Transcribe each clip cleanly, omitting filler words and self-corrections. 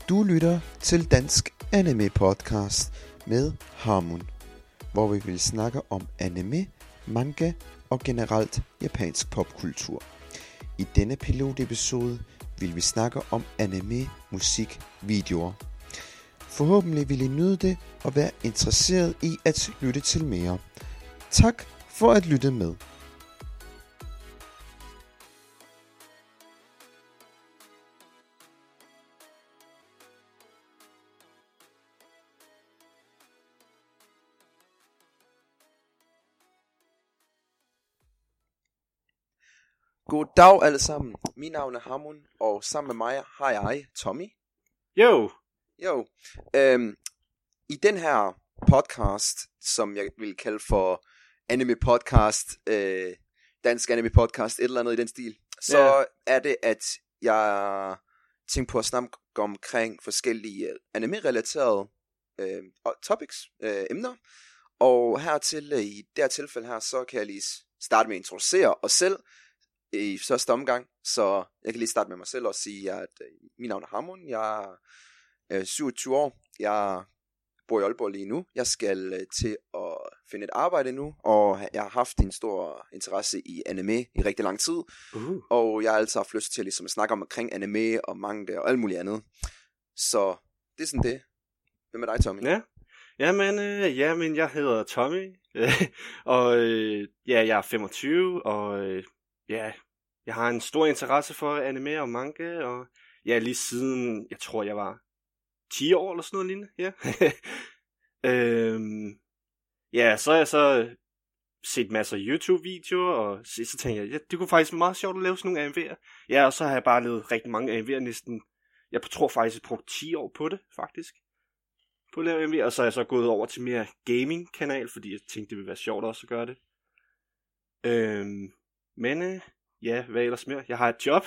Du lytter til Dansk Anime Podcast med Harmon, hvor vi vil snakke om anime, manga og generelt japansk popkultur. I denne pilotepisode vil vi snakke om anime, musik, videoer. Forhåbentlig vil I nyde det og være interesseret i at lytte til mere. Tak for at lytte med. Goddag alle sammen. Mit navn er Harmon, og sammen med mig har jeg Tommy. Jo. I den her podcast, som jeg vil kalde for anime podcast, dansk anime podcast, et eller andet i den stil, så er det, at jeg tænker på at snakke omkring forskellige anime-relaterede topics, emner. Og hertil, i det her tilfælde her, så kan jeg lige starte med at introducere os selv i første omgang. Så jeg kan lige starte med mig selv og sige, at mit navn er Harmon. Jeg er 27 år. Jeg bor i Aalborg lige nu. Jeg skal til at finde et arbejde nu, og jeg har haft en stor interesse i anime i rigtig lang tid. Og jeg har altid haft lyst til ligesom at snakke omkring anime og manga og alt muligt andet. Så det er sådan det. Hvem er dig, Tommy? Ja. Jamen, jeg hedder Tommy, og jeg er 25, og jeg har en stor interesse for anime og manga, og lige siden, jeg tror jeg var 10 år eller sådan noget lignende, så har jeg så set masser af YouTube-videoer, og så tænkte jeg, det kunne faktisk være meget sjovt at lave sådan nogle AMV'er. Ja, og så har jeg bare lavet rigtig mange AMV'er næsten, jeg tror faktisk, jeg brugte 10 år på det, faktisk. På at lave AMV'er, og så er jeg så gået over til mere gaming-kanal, fordi jeg tænkte, det ville være sjovt også at gøre det. Hvad ellers mere? Jeg har et job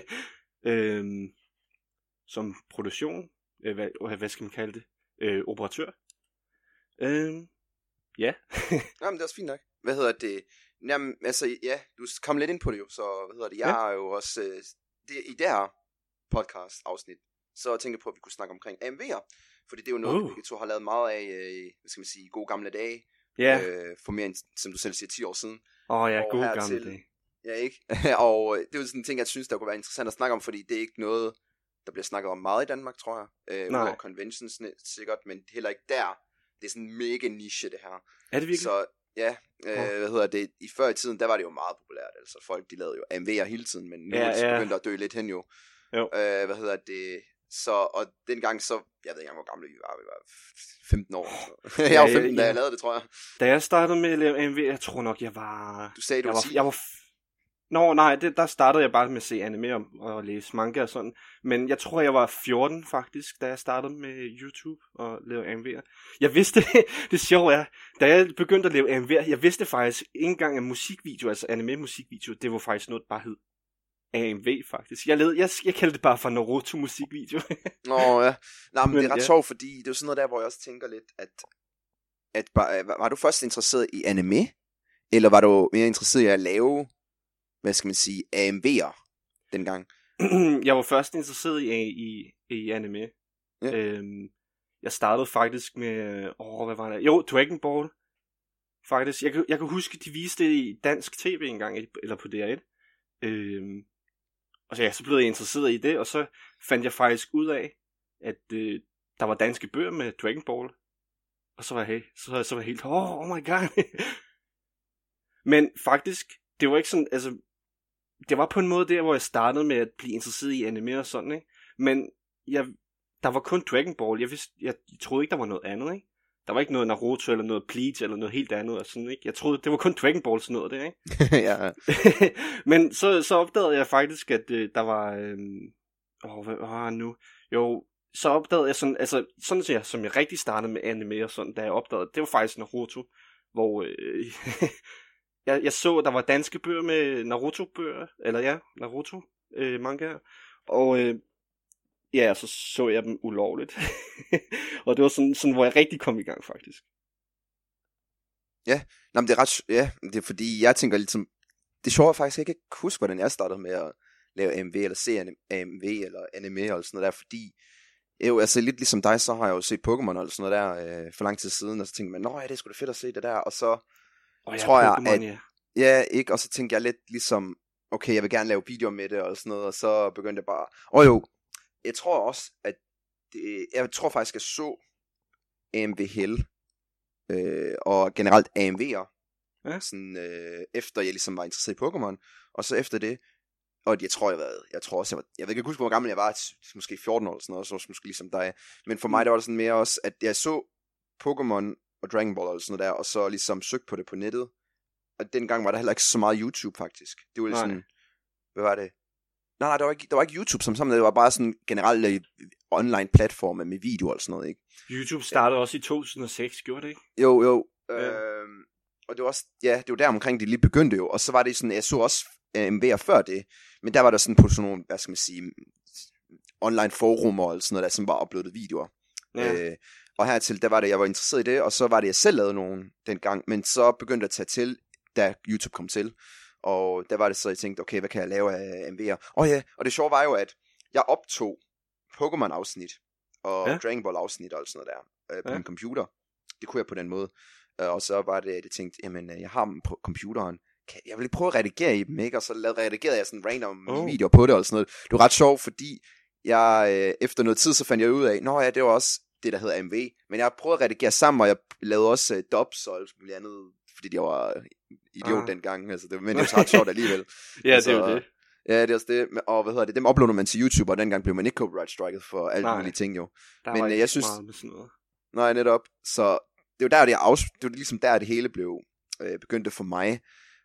som produktion, hvad skal man kalde det? Operatør. Jamen, det er også fint nok. Hvad hedder det? Jamen, altså, ja, du kom lidt ind på det jo, så hvad hedder det? Jeg har jo også, i det her podcast-afsnit, så tænker jeg på, at vi kunne snakke omkring AMV'er, fordi det er jo noget, vi to har lavet meget af, hvad skal man sige, gode gamle dage, for mere end, som du selv siger, 10 år siden. Gode gamle dage. Ja, ikke? Og det er jo sådan en ting, jeg synes, der kunne være interessant at snakke om, fordi det er ikke noget, der bliver snakket om meget i Danmark, tror jeg. Udover conventions sikkert, men heller ikke der. Det er sådan mega niche, det her. Er det virkelig? Så hvad hedder det? I før i tiden, der var det jo meget populært. Altså folk, de lavede jo AMV'er hele tiden, men nu er det begyndt at dø lidt hen jo. Hvad hedder det? Så, og dengang så, jeg ved ikke engang, hvor gamle vi var 15 år. Jeg var 15, da jeg lavede det, tror jeg. Da jeg startede med at lave AMV, jeg tror nok, jeg var... Du sagde, du var 10? Der startede jeg bare med at se anime og læse manga og sådan. Men jeg tror, jeg var 14 faktisk, da jeg startede med YouTube og lave AMV'er. Jeg vidste, det sjove er, da jeg begyndte at lave AMV'er, jeg vidste faktisk ikke engang, at musikvideo, altså anime-musikvideo, det var faktisk noget, der bare hed AMV faktisk. Jeg kaldte det bare for Naruto musikvideo. Nej, men det er ret sjovt, fordi det er jo sådan noget der, hvor jeg også tænker lidt, at var du først interesseret i anime, eller var du mere interesseret i at lave, hvad skal man sige, AMV'er dengang? Jeg var først interesseret i anime. Jeg startede faktisk med, hvad var det? Jo, Dragon Ball. Faktisk. Jeg kan huske, de viste det i dansk tv engang, eller på DR1. Og så blev jeg interesseret i det, og så fandt jeg faktisk ud af, at der var danske bøger med Dragon Ball. Og så var jeg helt, oh my god. Men faktisk, det var ikke sådan, altså, det var på en måde der, hvor jeg startede med at blive interesseret i anime og sådan, ikke? Men der var kun Dragon Ball, jeg troede ikke, der var noget andet, ikke? Der var ikke noget Naruto eller noget Bleach eller noget helt andet og sådan, ikke? Jeg troede, det var kun Dragon Ball sådan noget der, ikke? Ja. Men så opdagede jeg faktisk, at der var... hvad var nu? Jo, så opdagede jeg sådan... Altså, sådan som jeg rigtig startede med anime og sådan, da jeg opdagede, det var faktisk Naruto, hvor... jeg så, der var danske bøger med Naruto-bøger, eller Naruto manga, og... så jeg dem ulovligt. Og det var sådan, hvor jeg rigtig kom i gang, faktisk. Ja, men det er ret... Ja, det er fordi, jeg tænker lidt som... Det er sjovt, jeg faktisk ikke kan huske, hvordan jeg startede med at lave AMV, eller se AMV, eller anime, eller sådan noget der, fordi Jo, altså lidt ligesom dig, så har jeg jo set Pokémon og sådan noget der for lang tid siden, og så tænkte man, nå ja, det er sgu da fedt at se det der, og så tror jeg, Pokémon, at, ja, ikke, og så tænkte jeg lidt ligesom, okay, jeg vil gerne lave videoer med det, og sådan noget, og så begyndte jeg bare, jo, jeg tror også, at jeg tror faktisk, jeg så AMV Hell, og generelt AMV'er, sådan, efter jeg ligesom var interesseret i Pokémon, og så efter det, og jeg tror også, jeg ved ikke huske, hvor gammel jeg var, måske 14 år eller sådan noget, så måske ligesom dig, men for mig, der var det sådan mere også, at jeg så Pokémon og Dragon Ball og sådan noget der, og så ligesom søgte på det på nettet, og dengang var der heller ikke så meget YouTube faktisk, det var sådan, hvad var det? Nej, der var ikke YouTube som sådan, det var bare sådan generelt online platforme med videoer og sådan noget, ikke? YouTube startede også i 2006, gjorde det ikke? Jo. Og det var også, ja, det var der omkring, det lige begyndte jo, og så var det sådan, jeg så også MV'er før det, men der var der sådan på sådan nogle, hvad skal man sige, online forumer og sådan noget, der som bare uploadet videoer. Ja. Og hertil, der var det, jeg var interesseret i det, og så var det, jeg selv lavede nogen dengang, men så begyndte jeg at tage til, da YouTube kom til, og der var det så, jeg tænkte, okay, hvad kan jeg lave af MV'er? Og det sjove var jo, at jeg optog Pokémon-afsnit, og Dragon Ball-afsnit og sådan noget der, på min computer. Det kunne jeg på den måde. Og så var det, at jeg tænkte, jamen, jeg har dem på computeren, jeg vil lige prøve at redigere i dem, ikke? Og så redigerede jeg sådan random videoer på det, og sådan noget. Det var ret sjovt, fordi jeg, efter noget tid, så fandt jeg ud af, det var også det, der hedder AMV, men jeg prøvede at redigere sammen, og jeg lavede også dubs og alt muligt andet, fordi jeg var idiot dengang, altså, men det var ret sjovt alligevel. Ja, altså, det er jo det. Ja, det er også det, og dem uploader man til YouTube, og dengang blev man ikke copyright striket for alle mulige ting jo. Men jeg synes, meget med sådan noget. Nej, netop, så det var der, det var ligesom der, det hele blev begyndte for mig,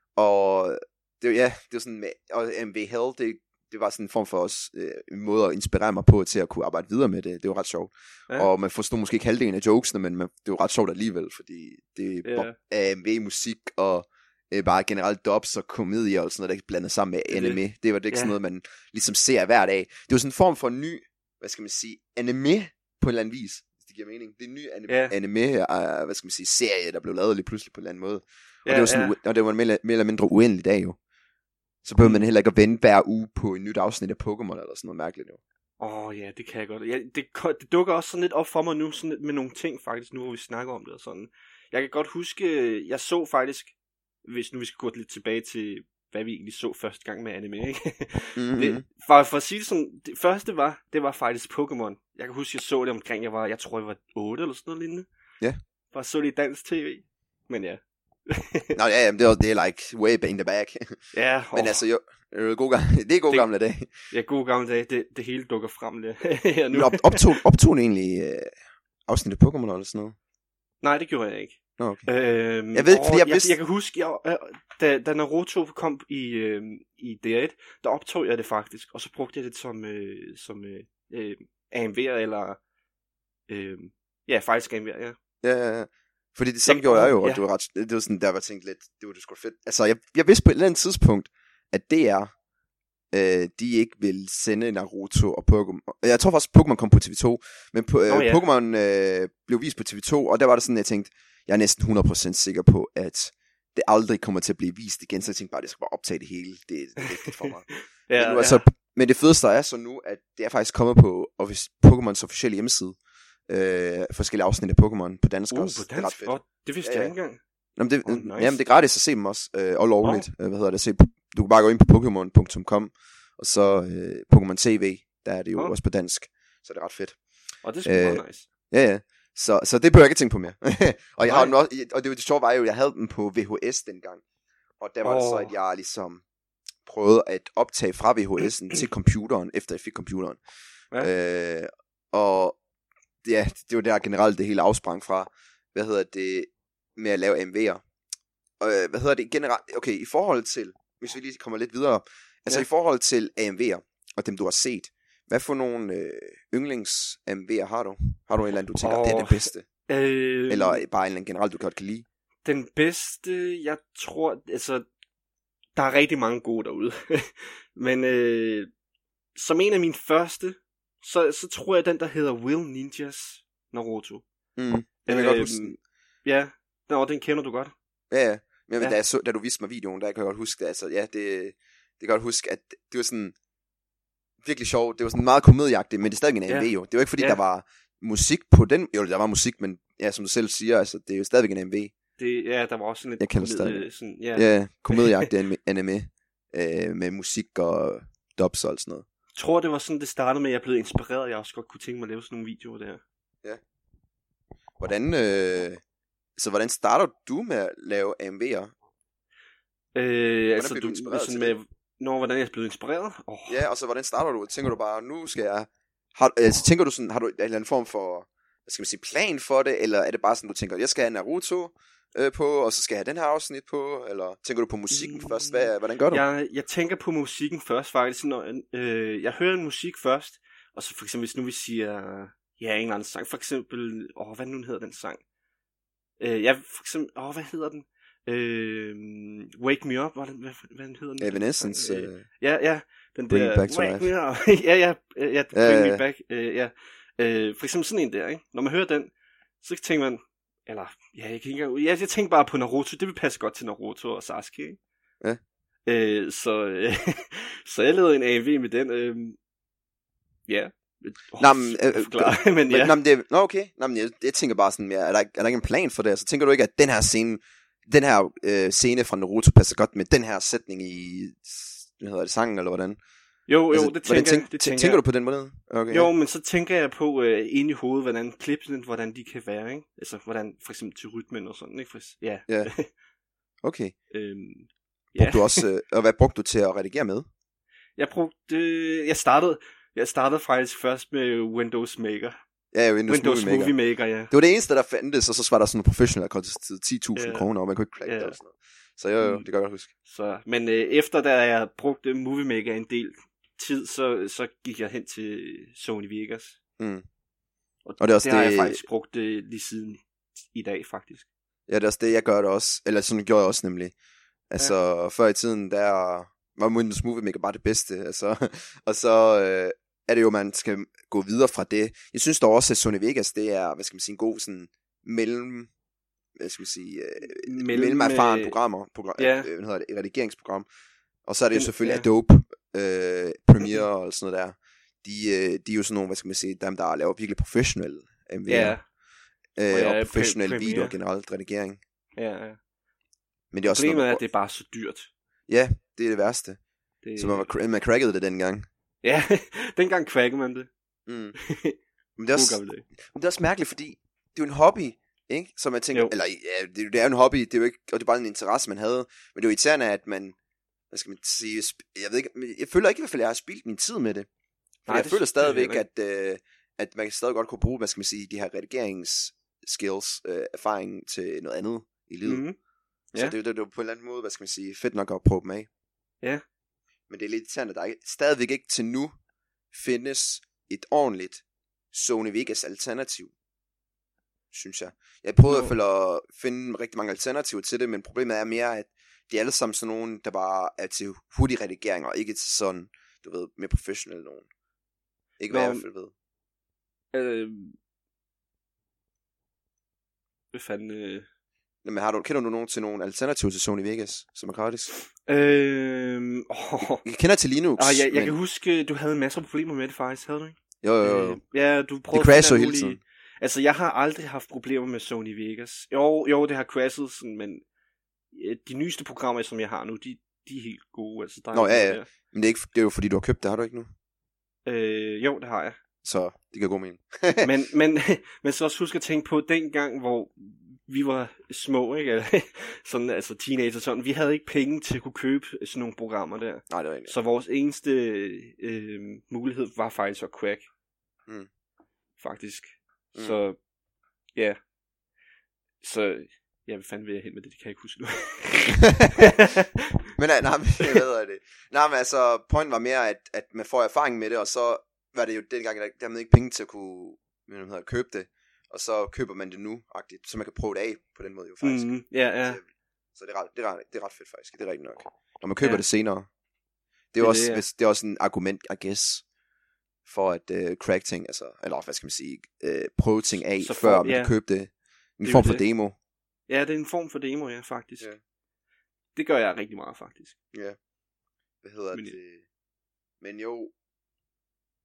og det var sådan med, og MV Hell, det var sådan en form for os, en måde at inspirere mig på, til at kunne arbejde videre med det. Det var ret sjovt. Ja. Og man forstod måske ikke halvdelen af jokesene, men det var ret sjovt alligevel, fordi det er AMV-musik, og bare generelt dubs og komedier og sådan noget, der blandet sammen med anime. Det var det ikke sådan noget, man ligesom ser hver dag. Det var sådan en form for ny, hvad skal man sige, anime på en eller anden vis, hvis det giver mening. Det er en ny anime, hvad skal man sige, serie, der blev lavet lige pludselig på en eller anden måde. Og det var sådan, og det var mere eller mindre uendelig dag jo. Så behøver man heller ikke at vente hver uge på et nyt afsnit af Pokémon eller sådan noget mærkeligt jo. Ja, det kan jeg godt. Det dukker også sådan lidt op for mig nu, sådan lidt med nogle ting faktisk, nu hvor vi snakker om det og sådan. Jeg kan godt huske, jeg så faktisk, hvis nu vi skal gå lidt tilbage til, hvad vi egentlig så første gang med anime, ikke? Mm-hmm. For at sige det sådan, det første det var faktisk Pokémon. Jeg kan huske, jeg så det omkring, jeg tror jeg var 8 eller sådan noget lignende. Ja. For så det i dansk tv. Men ja. Nå ja, det er like way in the back. Ja. Men altså jo, det er gode gamle dage. Ja, gode gamle dage. Det hele dukker frem her nu. Optog den egentlig afsnit af Pokémon eller sådan noget? Nej, det gjorde jeg ikke. Okay. Jeg ved, fordi jeg kan huske, da Naruto kom i DR1, der optog jeg det faktisk, og så brugte jeg det som AMV'er eller faktisk AMV'er, ja. Ja. Fordi det samme gjorde jeg jo, og det var sådan, der var tænkt lidt, det var sgu fedt. Altså, jeg vidste på et eller andet tidspunkt, at DR, de ikke vil sende Naruto og Pokémon. Jeg tror faktisk, Pokémon kom på TV2, men Pokémon blev vist på TV2, og der var det sådan, jeg tænkte, jeg er næsten 100% sikker på, at det aldrig kommer til at blive vist igen, så jeg tænkte bare, at jeg skal bare optage det hele. Det er vigtigt for mig. Men det fedeste er så nu, at det er faktisk kommet på Pokémons officielle hjemmeside. Forskellige afsnit af Pokémon på dansk også. På dansk? Det vidste jeg ikke engang. Nice. Jamen, det er gratis at se dem også, og lovligt. Du kan bare gå ind på Pokémon.com, og så Pokémon TV, der er det jo også på dansk, så det er ret fedt. Og det er sgu meget nice. Ja. Så det bør jeg ikke tænke på mere. Og jeg har den også, og det sjove var jo, jeg havde den på VHS dengang, og der var det så, at jeg ligesom prøvede at optage fra VHS'en til computeren, efter jeg fik computeren. Ja. Og ja, det var der generelt det hele afsprang fra, med at lave MV'er. Og generelt, okay, i forhold til, hvis vi lige kommer lidt videre, altså i forhold til AMV'er, og dem du har set, hvad for nogle yndlings-AMV'er har du? Har du en eller anden, du tænker, det er det bedste? Eller bare en eller anden generelt, du godt kan lide? Den bedste, jeg tror, altså, der er rigtig mange gode derude. Men som en af mine første, så tror jeg den, der hedder Will Ninjas Naruto. Jeg vil godt huske. Ja, den kender du godt. Ja. Men da du viste mig videoen, der kan jeg godt huske det. Altså, ja, det kan godt huske, at det var sådan, virkelig sjov. Det var sådan meget komedieagtigt, men det er stadig en AMV jo. Det var ikke fordi, der var musik på den. Jo, der var musik, men ja, som du selv siger, altså, det er jo stadigvæk en AMV. Der var også sådan lidt komedieagtigt anime. Med musik og dubs og sådan noget. Jeg tror, det var sådan, det startede med, at jeg blev inspireret. Jeg også godt kunne tænke mig at lave sådan nogle videoer der. Ja. Hvordan starter du med at lave AMV'er? Altså, du sådan med, hvordan jeg er blevet inspireret? Ja, og så hvordan starter du? Tænker du bare, nu skal jeg... tænker du sådan, har du en eller anden form for, hvad skal man sige, plan for det? Eller er det bare sådan, du tænker, jeg skal have Naruto på, og så skal jeg have den her afsnit på? Eller tænker du på musikken først? Hvordan gør du? Jeg tænker på musikken først, faktisk. Når, jeg hører en musik først, og så for eksempel, hvis nu vi siger, en eller anden sang, for eksempel, hvad nu hedder den sang? For eksempel, hvad hedder den? Wake Me Up, hvad hedder den? Evanescence. Den Bring der, It Back to Wake Life. Me Up. Bring Me Back. For eksempel sådan en der, ikke? Når man hører den, så tænker man, jeg tænker bare på Naruto, det vil passe godt til Naruto og Sasuke, ikke? Ja. Så jeg lavede en AMV med den, okay. Jeg tænker bare sådan mere, er der ikke en plan for det? Så tænker du ikke, at den her scene fra Naruto passer godt med den her sætning i, sangen, eller hvordan? Jo, altså, det tænker jeg. Tænker du på den måde? Okay, jo, men så tænker jeg på inde i hovedet, hvordan klipsene, hvordan de kan være, ikke? Altså, hvordan, for eksempel til rytmen og sådan, ikke? Ja. Okay. Brugte du også, og hvad brugte du til at redigere med? Jeg startede faktisk først med Windows Maker. Ja, Windows Movie Maker, ja. Det var det eneste, der fandtes, og så var der sådan en professional, der kostede 10.000 kroner, og man kunne ikke crack det og sådan noget. Så jo, det kan jeg godt huske. Men efter da jeg brugte Movie Maker en del tid, så gik jeg hen til Sony Vegas. Og det, har jeg faktisk brugt lige siden i dag, faktisk. Ja, det er også det, jeg gør det også. Eller sådan gjorde jeg også nemlig. Altså, før i tiden, der var Windows Movie Maker bare det bedste. Altså, og så er det jo, man skal gå videre fra det. Jeg synes dog også, at Sony Vegas, det er, hvad skal man sige, en god sådan mellem erfaren redigeringsprogram. Og så er det jo selvfølgelig Adobe Premiere og sådan noget der. De er jo sådan nogle, hvad skal man sige, dem der laver virkelig professionelle MV'er. Og professionelle videoer generelt, redigering. Ja. Men det er også problemet er, at det er bare så dyrt. Ja, det er det værste. Så man crackede det dengang. Ja, dengang crackede man det. Men det er også mærkeligt, fordi det er jo en hobby, ikke? Så man tænker, eller ja, det er jo en hobby, det er jo ikke, og det er bare en interesse, man havde. Men det er jo irriterende, at man, hvad skal man sige, jeg ved ikke, jeg føler ikke i hvert fald, at jeg har spildt min tid med det. Nej, jeg føler stadigvæk, at man stadig godt kunne bruge, hvad skal man sige, de her redigeringsskills, erfaring til noget andet i livet. Mm-hmm. Så det er jo på en eller anden måde, hvad skal man sige, fedt nok at prøve dem af. Ja. Men det er lidt irriterende, at der stadigvæk ikke til nu findes et ordentligt Sony Vegas alternativ, synes jeg. Jeg prøvede i hvert fald at finde rigtig mange alternativer til det, men problemet er mere, at de er alle sammen sådan nogen, der bare er til hurtig redigering, og ikke til sådan, du ved, mere professionelle nogen. Ikke hvad jeg i hvert fald ved. Hvad fanden... Men kender du nogen til nogle alternativer til Sony Vegas, som er gratis? Jeg kender til Linux. Jeg kan huske, du havde masser af problemer med det faktisk, havde du ikke? Jo. Ja, du prøvede... Det crasher hele tiden. Altså, jeg har aldrig haft problemer med Sony Vegas. Jo, det har crashet, sådan, men de nyeste programmer, som jeg har nu, de er helt gode. Altså, der ja. Men det er jo fordi, du har købt det, har du ikke nu? Jo, det har jeg. Så det kan gå med men så også husk at tænke på den gang, hvor vi var små, ikke? Sådan, altså teenager, sådan. Vi havde ikke penge til at kunne købe sådan nogle programmer der. Nej, det var egentlig. Så vores eneste mulighed var faktisk at crack. Faktisk. Så, ja. Så, hvad fanden vil jeg hen med det? Det kan jeg ikke huske nu. Men jeg ved det. Nej, men altså, pointen var mere, at man får erfaring med det, og så var det jo dengang, der havde ikke penge til at kunne købe det. Og så køber man det nu-agtigt, så man kan prøve det af på den måde jo faktisk. Ja. Så det er ret fedt faktisk, det er rigtigt nok. Når man køber det senere. Det er også en argument, I guess, for at crack ting, altså, eller hvad skal man sige, prøve ting af, før man kan købe det. En form for demo. Ja, det er en form for demo, ja, faktisk. Ja. Det gør jeg rigtig meget, faktisk. Ja. Hvad hedder det? Men jo,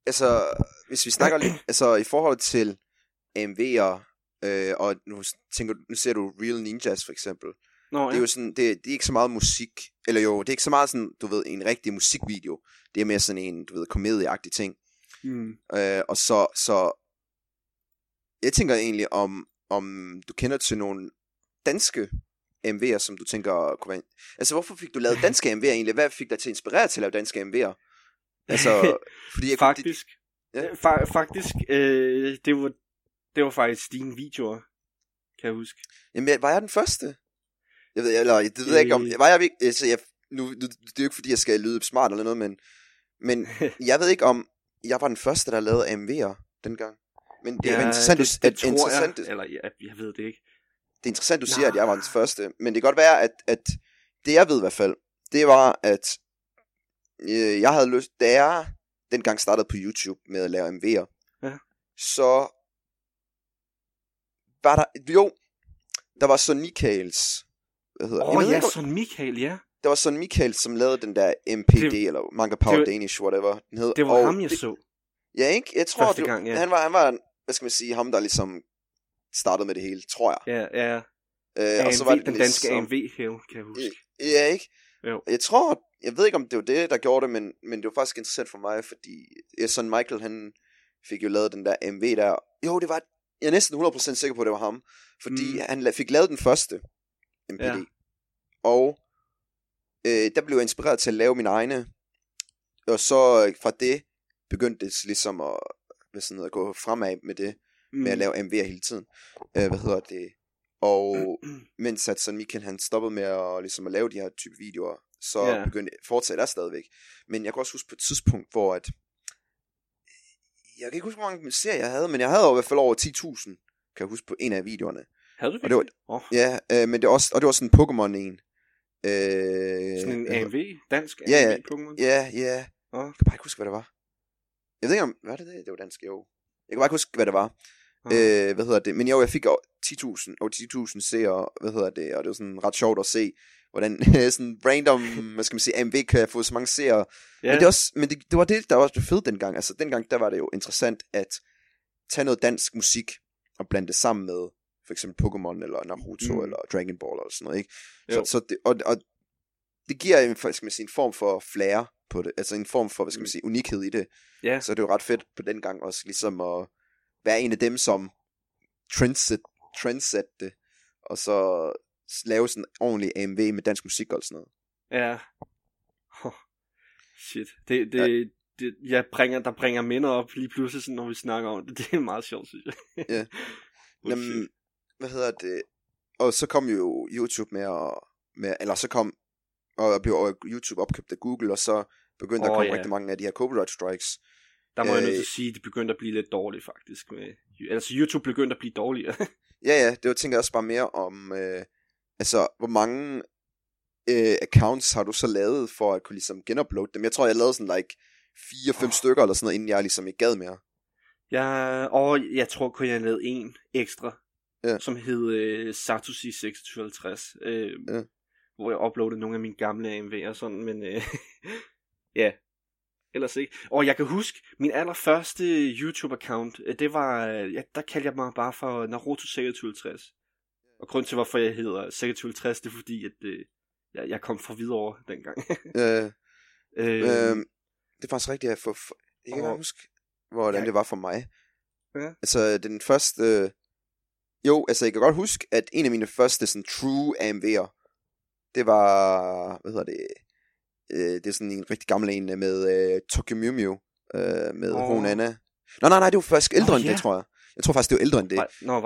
altså, hvis vi snakker lidt, altså i forhold til AMV'er, og nu ser du Real Ninjas for eksempel. Nå, Det er jo sådan, det er ikke så meget musik, eller jo, det er ikke så meget sådan, du ved, en rigtig musikvideo. Det er mere sådan en, du ved, komedieagtig ting. Og så jeg tænker egentlig om du kender til nogle danske AMV'er, som du tænker kunne være... Altså, hvorfor fik du lavet danske AMV'er egentlig? Hvad fik dig til at inspirere til at lave danske AMV'er? Altså, fordi jeg faktisk, ja. Faktisk, det var faktisk dine videoer, kan jeg huske. Jamen, var jeg den første? Jeg ved, eller det ved jeg ikke om... Var jeg altså, nu, det er jo ikke fordi, jeg skal lyde smart eller noget, men jeg ved ikke om... Jeg var den første, der lavede AMV'er dengang. Men det er interessant, det tror jeg, eller jeg ved det ikke. Det er interessant, du siger, at jeg var den første. Men det kan godt være, at det jeg ved i hvert fald, det var, at jeg havde lyst, da jeg dengang startede på YouTube med at lave AMV'er, så var der var Son Michaels, hvad hedder det? Son Michael, ja. Der var Son Michaels, som lavede den der MPD, eller Manga Power Danish, whatever den hed. Det var ham, jeg så. Ja, ikke? Jeg tror, han var, hvad skal man sige, ham der ligesom startede med det hele, tror jeg. Ja. Og så var det den danske AMV kan jeg huske. Ja, ikke? Jo. Jeg ved ikke, om det var det, der gjorde det, men det var faktisk interessant for mig, fordi Son Michael, han fik jo lavet den der AMV der. Jo, det var, jeg er næsten 100% sikker på, at det var ham, fordi han fik lavet den første MPD. Ja. Og der blev jeg inspireret til at lave mine egne, og så fra det begyndte det ligesom at gå fremad med det, med at lave AMV'er hele tiden. Og mens at Son Michael, han stoppede med at lave de her type videoer, så begyndte jeg fortsætte der stadigvæk. Men jeg kan også huske på et tidspunkt, hvor at jeg kan ikke huske, hvor mange serier jeg havde, men jeg havde i hvert fald over 10.000, kan jeg huske, på en af videoerne. Havde du virkelig? Ja, men det var sådan en Pokémon en. Sådan en AMV? Dansk AMV Pokémon? Ja. Jeg kan bare ikke huske, hvad det var. Jeg ved ikke om, var det? Det var dansk, jo. Jeg kan bare ikke huske, hvad det var. Men jeg fik 10.000 seere, og det var sådan ret sjovt at se, hvordan sådan random, hvad skal man sige, AMV kan få så mange seere. Yeah. Men det var det, der var det fedt dengang. Altså dengang, der var det jo interessant at tage noget dansk musik og blande det sammen med for eksempel Pokémon eller Naruto eller Dragon Ball eller sådan noget, ikke? Så det, og det giver en form for flair på det, altså en form for, hvad skal man sige, unikhed i det. Yeah. Så det er jo ret fedt på den gang også ligesom at være en af dem, som trendset det, og så lave sådan en ordentlig AMV med dansk musik og sådan noget. Ja. Shit. Der bringer minder op lige pludselig, sådan, når vi snakker om det. Det er meget sjovt, synes jeg. Ja. Jamen, og så kom jo YouTube og blev YouTube opkøbt af Google, og så begyndte der at komme rigtig mange af de her copyright strikes. Der må jeg nødt til at sige, at det begyndte at blive lidt dårligt faktisk. Altså YouTube begyndte at blive dårligere. Ja, det tænker jeg også bare mere om, hvor mange accounts har du så lavet for at kunne ligesom genuploade dem? Jeg tror, jeg lavede sådan 4-5 stykker eller sådan noget, inden jeg ligesom ikke gad mere. Jeg tror kun, jeg lavede en ekstra, som hed Satoshi 2650, hvor jeg uploadede nogle af mine gamle AMV'er og sådan, men ja, ellers ikke. Og jeg kan huske, min allerførste YouTube-account, det var, der kaldte jeg mig bare for Naruto 2650. Og grunden til, hvorfor jeg hedder 2650, det er fordi, at jeg kom fra Hvidovre dengang. Det er faktisk rigtigt, jeg kan ikke huske, hvordan det var for mig. Ja. Altså, den første... jeg kan godt huske, at en af mine første sådan true AMV'er, det var... det er sådan en rigtig gammel en med Tokyo Mew Mew, med Hon Anna. Nej, det var faktisk ældre end det, tror jeg. Jeg tror faktisk, det var ældre end det.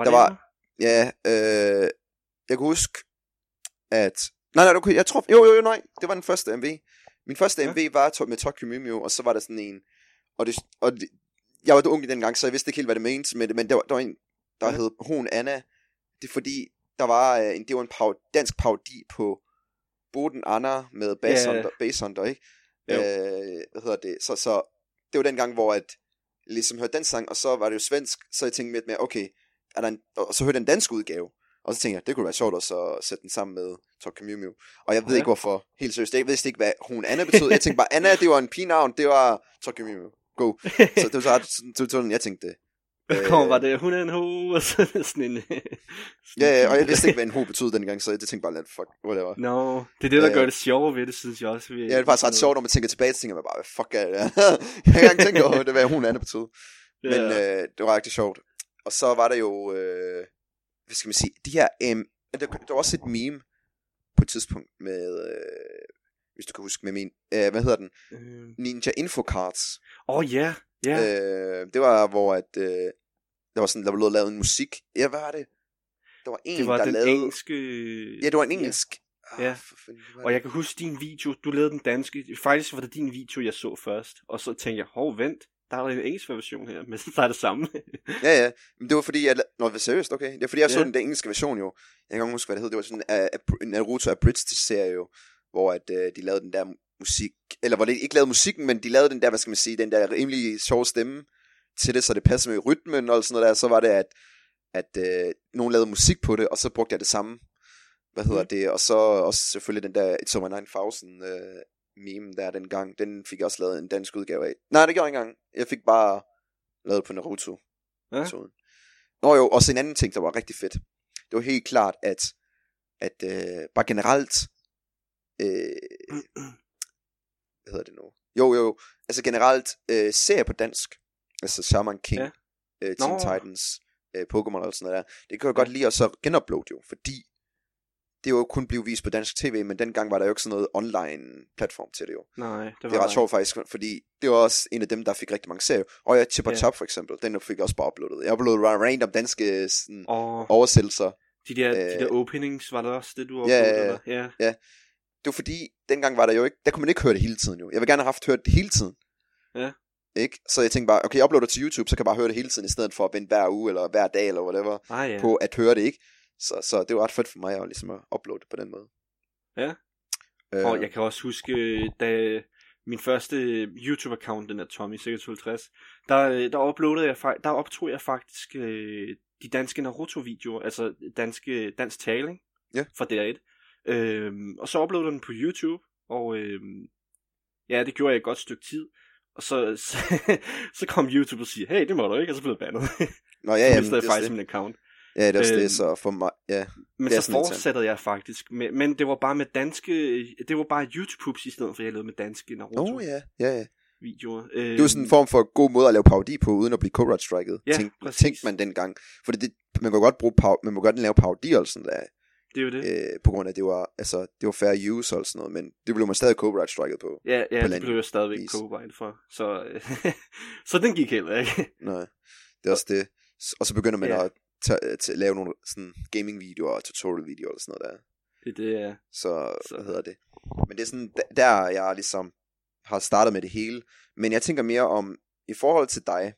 Jeg kan huske, at... Nej, det var den første MV. Min første MV var med Tokyo Mew Mew, og så var der sådan en... Jeg var ung i den gang, så jeg vidste ikke helt, hvad det mente med det, men der var en, der hed Hon Anna. Det er fordi, det var en dansk parodi på Boden Anna med Basshunter, ikke? Så det var den gang, hvor at jeg ligesom hørte den sang, og så var det jo svensk, så jeg tænkte med, okay, og så hørte jeg en dansk udgave, og så tænkte jeg, det kunne være sjovt at så sætte den sammen med Tokyo Mew Mew. Og jeg ved ikke hvorfor, helt seriøst, jeg vidste ikke, hvad Hon Anna betød. Jeg tænkte bare, Anna, det var en pigenavn, det var Tokyo Mew Mew. go. Så det var så sådan, jeg tænkte det. Kommer var det, hun er en ho, og så sådan en... Ja, og jeg vidste ikke, hvad en ho betød dengang, så jeg tænkte bare lidt, fuck, whatever. No, det er det, der gør det sjovere ved det, synes jeg også. Ja, det er faktisk ret sjovt, når man tænker tilbage, så tænker man bare, hvad fuck er det? Jeg har ikke engang tænkt over, hvad hun Anne betød. Men det var rigtig sjovt. Og så var der jo, hvad skal man sige, de her, der var også et meme på et tidspunkt med, hvis du kan huske med min, hvad hedder den? Ninja Infocards. Ja. Det var, hvor at, der var lavet en musik. Ja, hvad var det? Der var en, det var der den lavede... engelske... Ja, det var en engelsk. Ja. Og jeg kan huske din video, du lavede den danske. Faktisk var det din video, jeg så først. Og så tænkte jeg, vent, der er en engelsk version her, men så er det samme. Ja, men det var fordi, det var seriøst, okay. Det er fordi, jeg så den engelske version jo. Jeg kan ikke huske, hvad det hed. Det var sådan en Naruto Abridged-serie jo, hvor at, de lavede den der musik, eller hvor de ikke lavede musikken, men de lavede den der, hvad skal man sige, den der rimelig sjove stemme til det, så det passede med rytmen og sådan noget der. Så var det, at nogen lavede musik på det, og så brugte jeg det samme. Hvad hedder det? Og så også selvfølgelig den der It's Over 9000 meme der dengang. Den fik jeg også lavet en dansk udgave af. Nej, det gjorde jeg ikke engang. Jeg fik bare lavet på Naruto. Ja. Nå jo, også en anden ting, der var rigtig fedt. Det var helt klart, at bare generelt hvad hedder det nu? Jo, altså generelt serier på dansk. Altså Shaman King, Teen Titans, Pokémon og sådan noget der. Det kan jeg godt lide at så genuploade jo, fordi det jo kun blev vist på dansk tv, men dengang var der jo ikke sådan noget online platform til det jo. Nej, det er ret sjovt faktisk, fordi det var også en af dem, der fik rigtig mange serier. Og jeg Chip og Chap for eksempel, den fik jeg også bare uploadet. Jeg uploadede random danske sådan, oversættelser. De der openings, var der også det, du uploadede? Ja. Det var fordi, dengang var der jo ikke, der kunne man ikke høre det hele tiden jo. Jeg vil gerne have hørt det hele tiden. Ja. Ikke? Så jeg tænkte bare, okay, jeg uploader til YouTube, så kan jeg bare høre det hele tiden, i stedet for at vente hver uge, eller hver dag, eller whatever, på at høre det, ikke? Så det var ret fedt for mig at ligesom at uploade det på den måde. Ja. Og jeg kan også huske, da min første YouTube-account, den er Tommy 56, der optog jeg faktisk de danske Naruto-videoer, altså dansk tale, fra DR1. Og så uploadede den på YouTube, og det gjorde jeg et godt stykke tid. Og så kom YouTube og siger, hey, det må du ikke, og så blev det bandet. Nå ja, så mistede jeg faktisk min account. Ja, det er også det, så for mig, ja. Men så fortsatte jeg faktisk, men det var bare med danske, det var bare YouTube-hoops i stedet for, jeg lavede med danske Naruto. Ja. Videoer. Det var sådan en form for god måde at lave parodi på, uden at blive copyright-striket. Ja, tænkte man dengang. For man kan godt man må godt lave parodier og sådan der. Det er jo det. På grund af, det var fair use og sådan noget, men det blev man stadig copyright-striket på. Ja, det blev jo stadigvæk copyright for. Så den gik heller ikke. Nej, det er også det. Og så begynder man at lave nogle sådan gaming-videoer og tutorial-videoer og sådan noget der. Det er. Så hvad hedder det? Men det er sådan, der jeg ligesom har startet med det hele. Men jeg tænker mere om, i forhold til dig,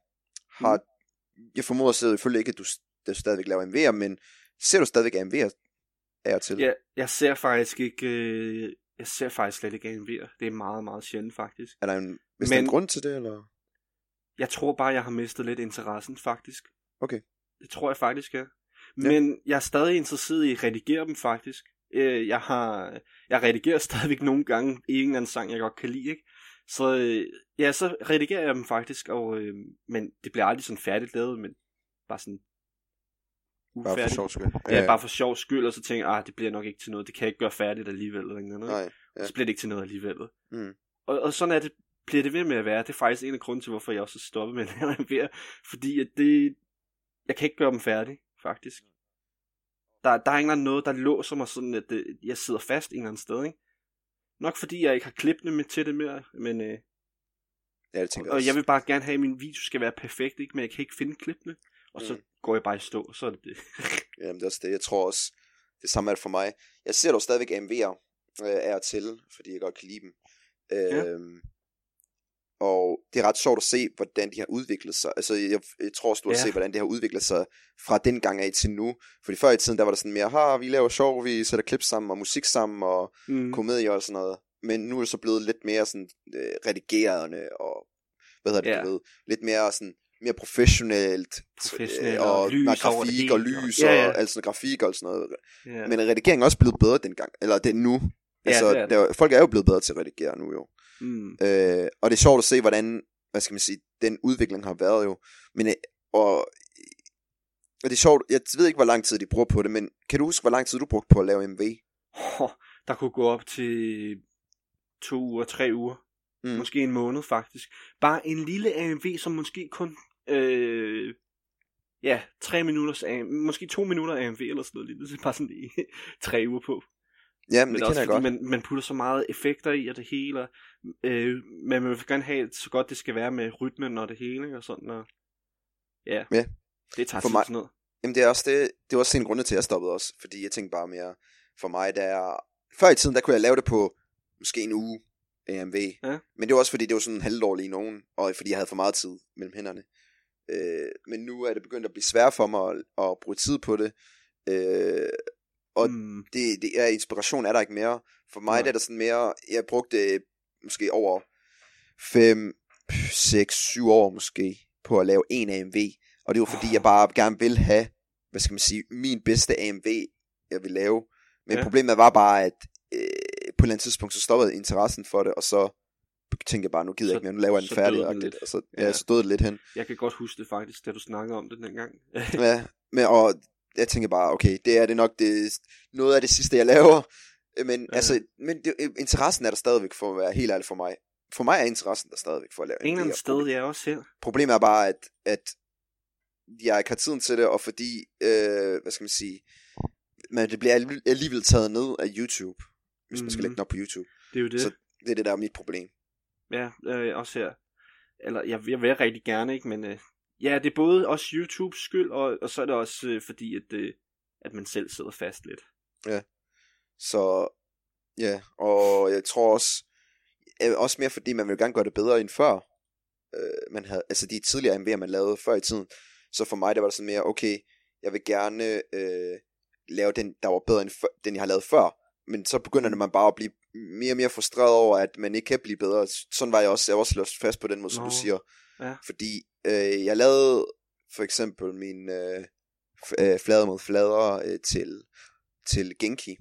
jeg formoder selvfølgelig ikke, at du stadigvæk laver MV'er, men ser du stadigvæk MV'er af og til? Ja, jeg ser faktisk ikke, slet ikke MV'er. Det er meget, meget sjældent faktisk. Er der en grund til det, eller? Jeg tror bare, jeg har mistet lidt interessen faktisk. Okay. Det tror jeg faktisk, ja. Men jeg er stadig interesseret i at redigere dem faktisk. Jeg redigerer stadigvæk nogle gange i en eller anden sang, jeg godt kan lide, ikke? Så så redigerer jeg dem faktisk, og men det bliver aldrig sådan færdigt lavet, men bare sådan ufærdigt. Bare for sjov skyld. Ja, bare for sjov skyld, og så tænker jeg, det bliver nok ikke til noget, det kan jeg ikke gøre færdigt alligevel, eller noget. Nej, og så bliver det ikke til noget alligevel. Og sådan bliver det ved med at være. Det er faktisk en af grunden til, hvorfor jeg også stoppet med at lave MV'er, fordi at jeg kan ikke gøre dem færdige, faktisk. Der er ikke noget, der låser mig sådan, at jeg sidder fast en eller anden sted, ikke? Nok fordi jeg ikke har klippene med til det mere, men det tænker og jeg vil bare gerne have, at min video skal være perfekt, ikke? Men jeg kan ikke finde klippene, og så går jeg bare i stå, og så er det. Jamen det er også det, jeg tror også, det samme er det for mig. Jeg ser dog stadigvæk MV'er af og til, fordi jeg godt kan lide dem. Og det er ret sjovt at se, hvordan de har udviklet sig. Altså, jeg tror også, du har set, hvordan det har udviklet sig fra den gang af til nu. Fordi før i tiden, der var der sådan mere, vi laver sjov, vi sætter klip sammen, og musik sammen, og komedier og sådan noget. Men nu er det så blevet lidt mere sådan redigerende, og lidt mere sådan, mere professionelt, og lys grafik og lys, og altså grafik og sådan noget. Men redigeringen er også blevet bedre dengang, eller det er nu. Altså, folk er jo blevet bedre til at redigere nu jo. Og det er sjovt at se, hvordan hvad skal man sige, den udvikling har været jo. Men, og det er sjovt, jeg ved ikke, hvor lang tid de bruger på det, men kan du huske, hvor lang tid du brugte på at lave MV? Der kunne gå op til 2 uger, 3 uger. Måske en måned faktisk. Bare en lille AMV, som måske kun 3 minutter, måske 2 minutter AMV eller sådan noget. Det er bare sådan lige 3 uger på. Ja, men det kender jeg godt. Man putter så meget effekter i, og det hele. Man vil gerne have så godt det skal være med rytmen og det hele, og sådan. Og ja. Det tager tid sådan noget. Jamen det er også det er også en grund til, at jeg stoppede også. Fordi jeg tænkte bare mere, for mig, før i tiden, der kunne jeg lave det på måske en uge AMV. Ja. Men det var også fordi, det var sådan en halvdårlig i nogen, og fordi jeg havde for meget tid mellem hænderne. Men nu er det begyndt at blive svært for mig at bruge tid på det. Og det er inspiration er der ikke mere. For mig der er der sådan mere, jeg brugte måske over 5, 6, 7 år måske på at lave en AMV. Og det var fordi, jeg bare gerne ville have, hvad skal man sige, min bedste AMV, jeg ville lave. Men problemet var bare, at på et eller andet tidspunkt, så stoppede interessen for det, og så tænkte jeg bare, nu gider jeg ikke mere, nu laver jeg den færdig. Og så døde det lidt hen. Jeg kan godt huske det faktisk, da du snakkede om det dengang. Og jeg tænker bare, okay, det er det nok noget af det sidste, jeg laver. Men interessen er der stadigvæk, for at være helt ærlig for mig. For mig er interessen der stadigvæk for at lave. En eller anden sted, jeg også her. Problemet er bare, at jeg ikke har tiden til det, og fordi, hvad skal man sige, men det bliver alligevel taget ned af YouTube, hvis man skal lægge den op på YouTube. Det er jo det. Så det er det, der er mit problem. Ja, også her. Eller, jeg vil rigtig gerne, ikke, men ja, det er både også YouTubes skyld, og så er det også fordi, at man selv sidder fast lidt. Ja, så, ja, og jeg tror også mere fordi, man vil gerne gøre det bedre end før. Man havde, altså de tidligere MV'er, man lavede før i tiden, så for mig, der var det sådan mere, okay, jeg vil gerne lave den, der var bedre end den, jeg har lavet før. Men så begynder man bare at blive mere og mere frustreret over, at man ikke kan blive bedre. Sådan var jeg også. Jeg var også løst fast på den måde, som du siger. Ja. Fordi jeg lavede for eksempel min flader mod flader til Genki.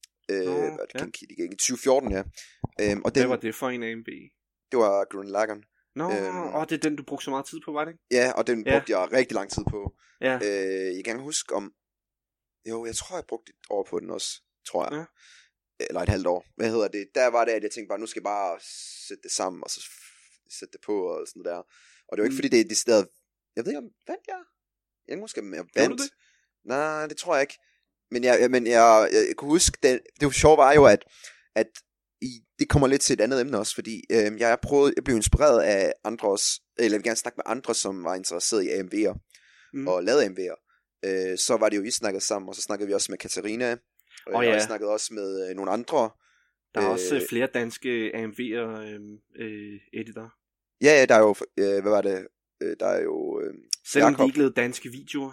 Genki, det gik i 2014, ja. Og hvad var det for en AMV? Det var Gurren Lagann. Det er den, du brugte så meget tid på, var det ikke? Ja, og den brugte jeg rigtig lang tid på. Ja. Jeg kan huske om... Jo, jeg tror, jeg brugte et år på den også, tror jeg. Ja. Eller et halvt år. Hvad hedder det? Der var det, at jeg tænkte bare, nu skal jeg bare sætte det sammen, og så sætte det på, og sådan noget der. Og det var ikke fordi, det er det sted... Jeg ved ikke, om vandt jeg? Jeg kan huske, om jeg vandt. Nej, det tror jeg ikke. Men jeg kunne huske, det var sjovt var jo, at det kommer lidt til et andet emne også, fordi jeg blev inspireret af andre også, eller jeg vil gerne snakke med andre, som var interesseret i AMV'er, og lavede AMV'er. Så var det jo, vi snakkede sammen, og så snakkede vi også med Katarina, og jeg snakkede også med nogle andre. Der er også flere danske AMV'er editor. Ja, der er jo, hvad var det, der er jo selvom Jacob. De ikke lavede danske videoer,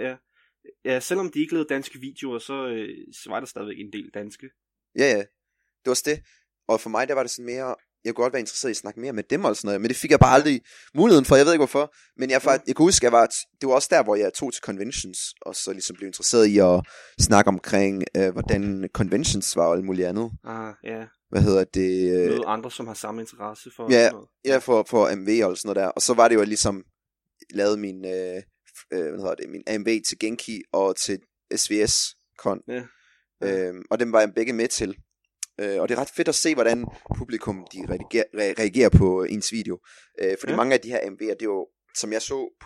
ja, selvom de ikke lavede danske videoer, så var der stadigvæk en del danske. Ja, det var det. Og for mig, der var det sådan mere, jeg kunne godt være interesseret i at snakke mere med dem og sådan noget, men det fik jeg bare aldrig muligheden for, jeg ved ikke hvorfor. Men jeg kunne huske, det var også der, hvor jeg tog til conventions, og så ligesom blev interesseret i at snakke omkring, hvordan conventions var og alt muligt andet. Ja. Hvad hedder det? Noget andre, som har samme interesse for noget. Ja, for MV og sådan noget der. Og så var det jo ligesom, lavet min, min AMV til Genki og til SVS-con. Ja. Og dem var jeg begge med til. Og det er ret fedt at se, hvordan publikum de reagerer på ens video. Fordi mange af de her MV'er, det er jo, som jeg så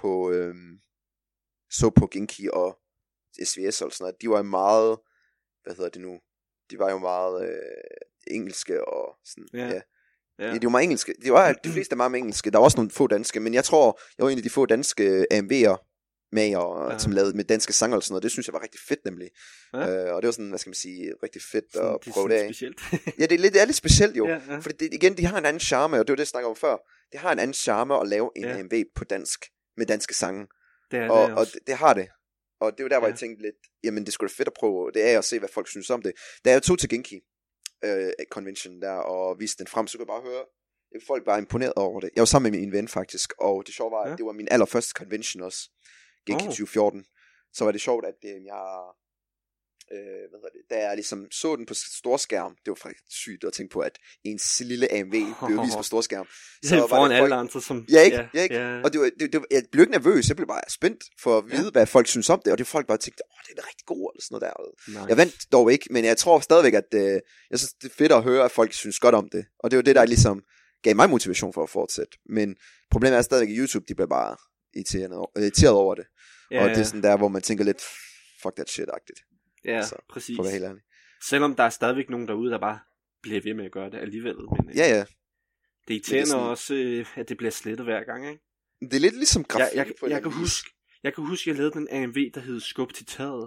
på Genki og SVS og sådan noget, de var meget, de var jo meget engelske og sådan, ja. De var meget engelske, de fleste er meget engelske, der var også nogle få danske, men jeg tror, jeg var en af de få danske AMV'er med, som lavede med danske sanger og sådan noget. Det synes jeg var rigtig fedt nemlig. Ja. Og det var sådan, hvad skal man sige, rigtig fedt sådan, at prøve det af. Specielt. Ja, det er lidt specielt jo. Ja. Fordi igen, de har en anden charme, og det var det, jeg snakkede om før. Det har en anden charme at lave en AMV på dansk, med danske sange. Og det har det. Og det var der, hvor jeg tænkte lidt, jamen det skulle da fedt at prøve det af, og se, hvad folk synes om det. Da jeg tog til Genki Convention der, og viste den frem, så kunne jeg bare høre, folk var imponeret over det. Jeg var sammen med min ven faktisk, og det sjove var, at det var min allerførste convention også. Genki 2014. Så var det sjovt, at jeg da jeg ligesom så den på storskærm, det var faktisk sygt at tænke på, at ens lille AMV blev vist på storskærm. Så var foran alle andre, som... Ja, ikke? Og jeg blev ikke nervøs, jeg blev bare spændt for at vide, hvad folk synes om det, og det folk bare tænkte, det er rigtig god, eller sådan noget der. Nice. Jeg vandt dog ikke, men jeg tror stadigvæk, at jeg synes, det er fedt at høre, at folk synes godt om det, og det var det, der ligesom gav mig motivation for at fortsætte. Men problemet er stadigvæk, at YouTube, de bliver bare irriteret over det, og det er sådan der, hvor man tænker lidt, fuck that shit-agtigt. Ja, så, præcis. For at være helt ærlig. Selvom der er stadigvæk nogen derude, der bare bliver ved med at gøre det alligevel. Men, ja. Det irriterer også, at det bliver slettet hver gang, ikke? Det er lidt ligesom grafik. Jeg kan huske, jeg lavede den AMV, der hed Skub til taget.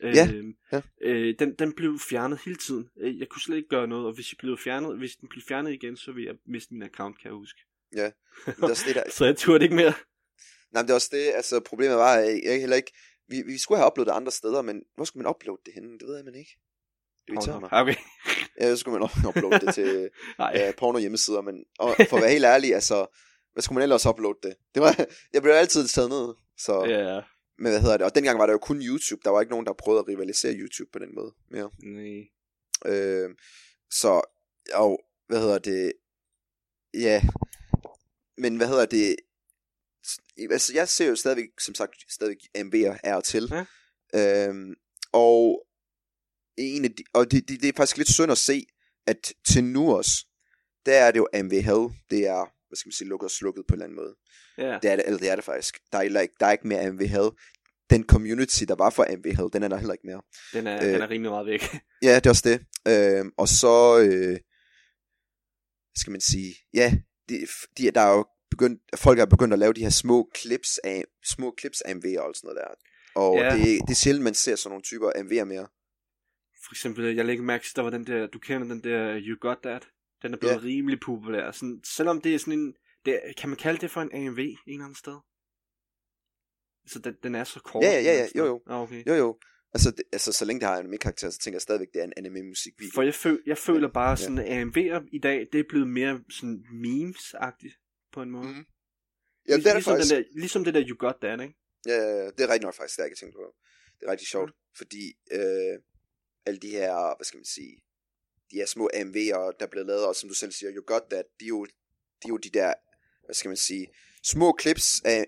Den blev fjernet hele tiden. Jeg kunne slet ikke gøre noget, og hvis den blev fjernet igen, så ville jeg miste min account, kan jeg huske. Ja. Det er også det der... Så jeg turde ikke mere. Nej, men det er også det, altså problemet var, at jeg heller ikke... Vi skulle have uploadet andre steder, men hvor skulle man uploade det henne? Det ved jeg, man ikke. Det irriterer mig. Okay. Ja, så skulle man uploade det til porno hjemmesider, men for at være helt ærlig, altså, hvad skulle man ellers uploade det? Jeg blev altid taget ned, så... Ja. Men hvad hedder det? Og dengang var der jo kun YouTube, der var ikke nogen, der prøvede at rivalisere YouTube på den måde mere. Nej. Så, og hvad hedder det? Ja, men hvad hedder det? Altså, jeg ser jo stadigvæk, som sagt, AMV'er er til. Ja. Og det er faktisk lidt synd at se, at til nu også, der er det jo AMV Hell, det er, hvad skal man sige, lukket og slukket på en eller anden måde. Ja. Det er det faktisk. Der er ikke mere AMV Hell. Den community, der var for AMV Hell, den er der heller ikke mere. Den er rimelig meget væk. Ja, det er også det. Og så, skal man sige, ja, der er jo folk er begyndt at lave de her små clips AMV'er og sådan noget der. Og det er sjældent, man ser sådan nogle typer AMV'er mere. For eksempel, jeg lægger mærke til, der var den der, du kender den der You Got That? Den er blevet rimelig populær. Sådan, selvom det er sådan en, kan man kalde det for en AMV en eller anden sted? Så den er så kort. Ja, jo. Okay. Jo. Altså, så længe det har en karakter, så tænker jeg stadigvæk, det er en anime-musikvideo. For jeg føler bare sådan, AMV'er i dag, det er blevet mere sådan memes-agtigt på en måde. Mm-hmm. Ja, det er ligesom faktisk... ligesom det der You Got That, ikke? Ja, det er rigtig nok faktisk, det har jeg ikke tænkt på. Det er rigtig sjovt, fordi alle de her, hvad skal man sige, de her små AMV'er, der er blevet lavet, og som du selv siger, You Got That, de er jo de der, hvad skal man sige, små clips af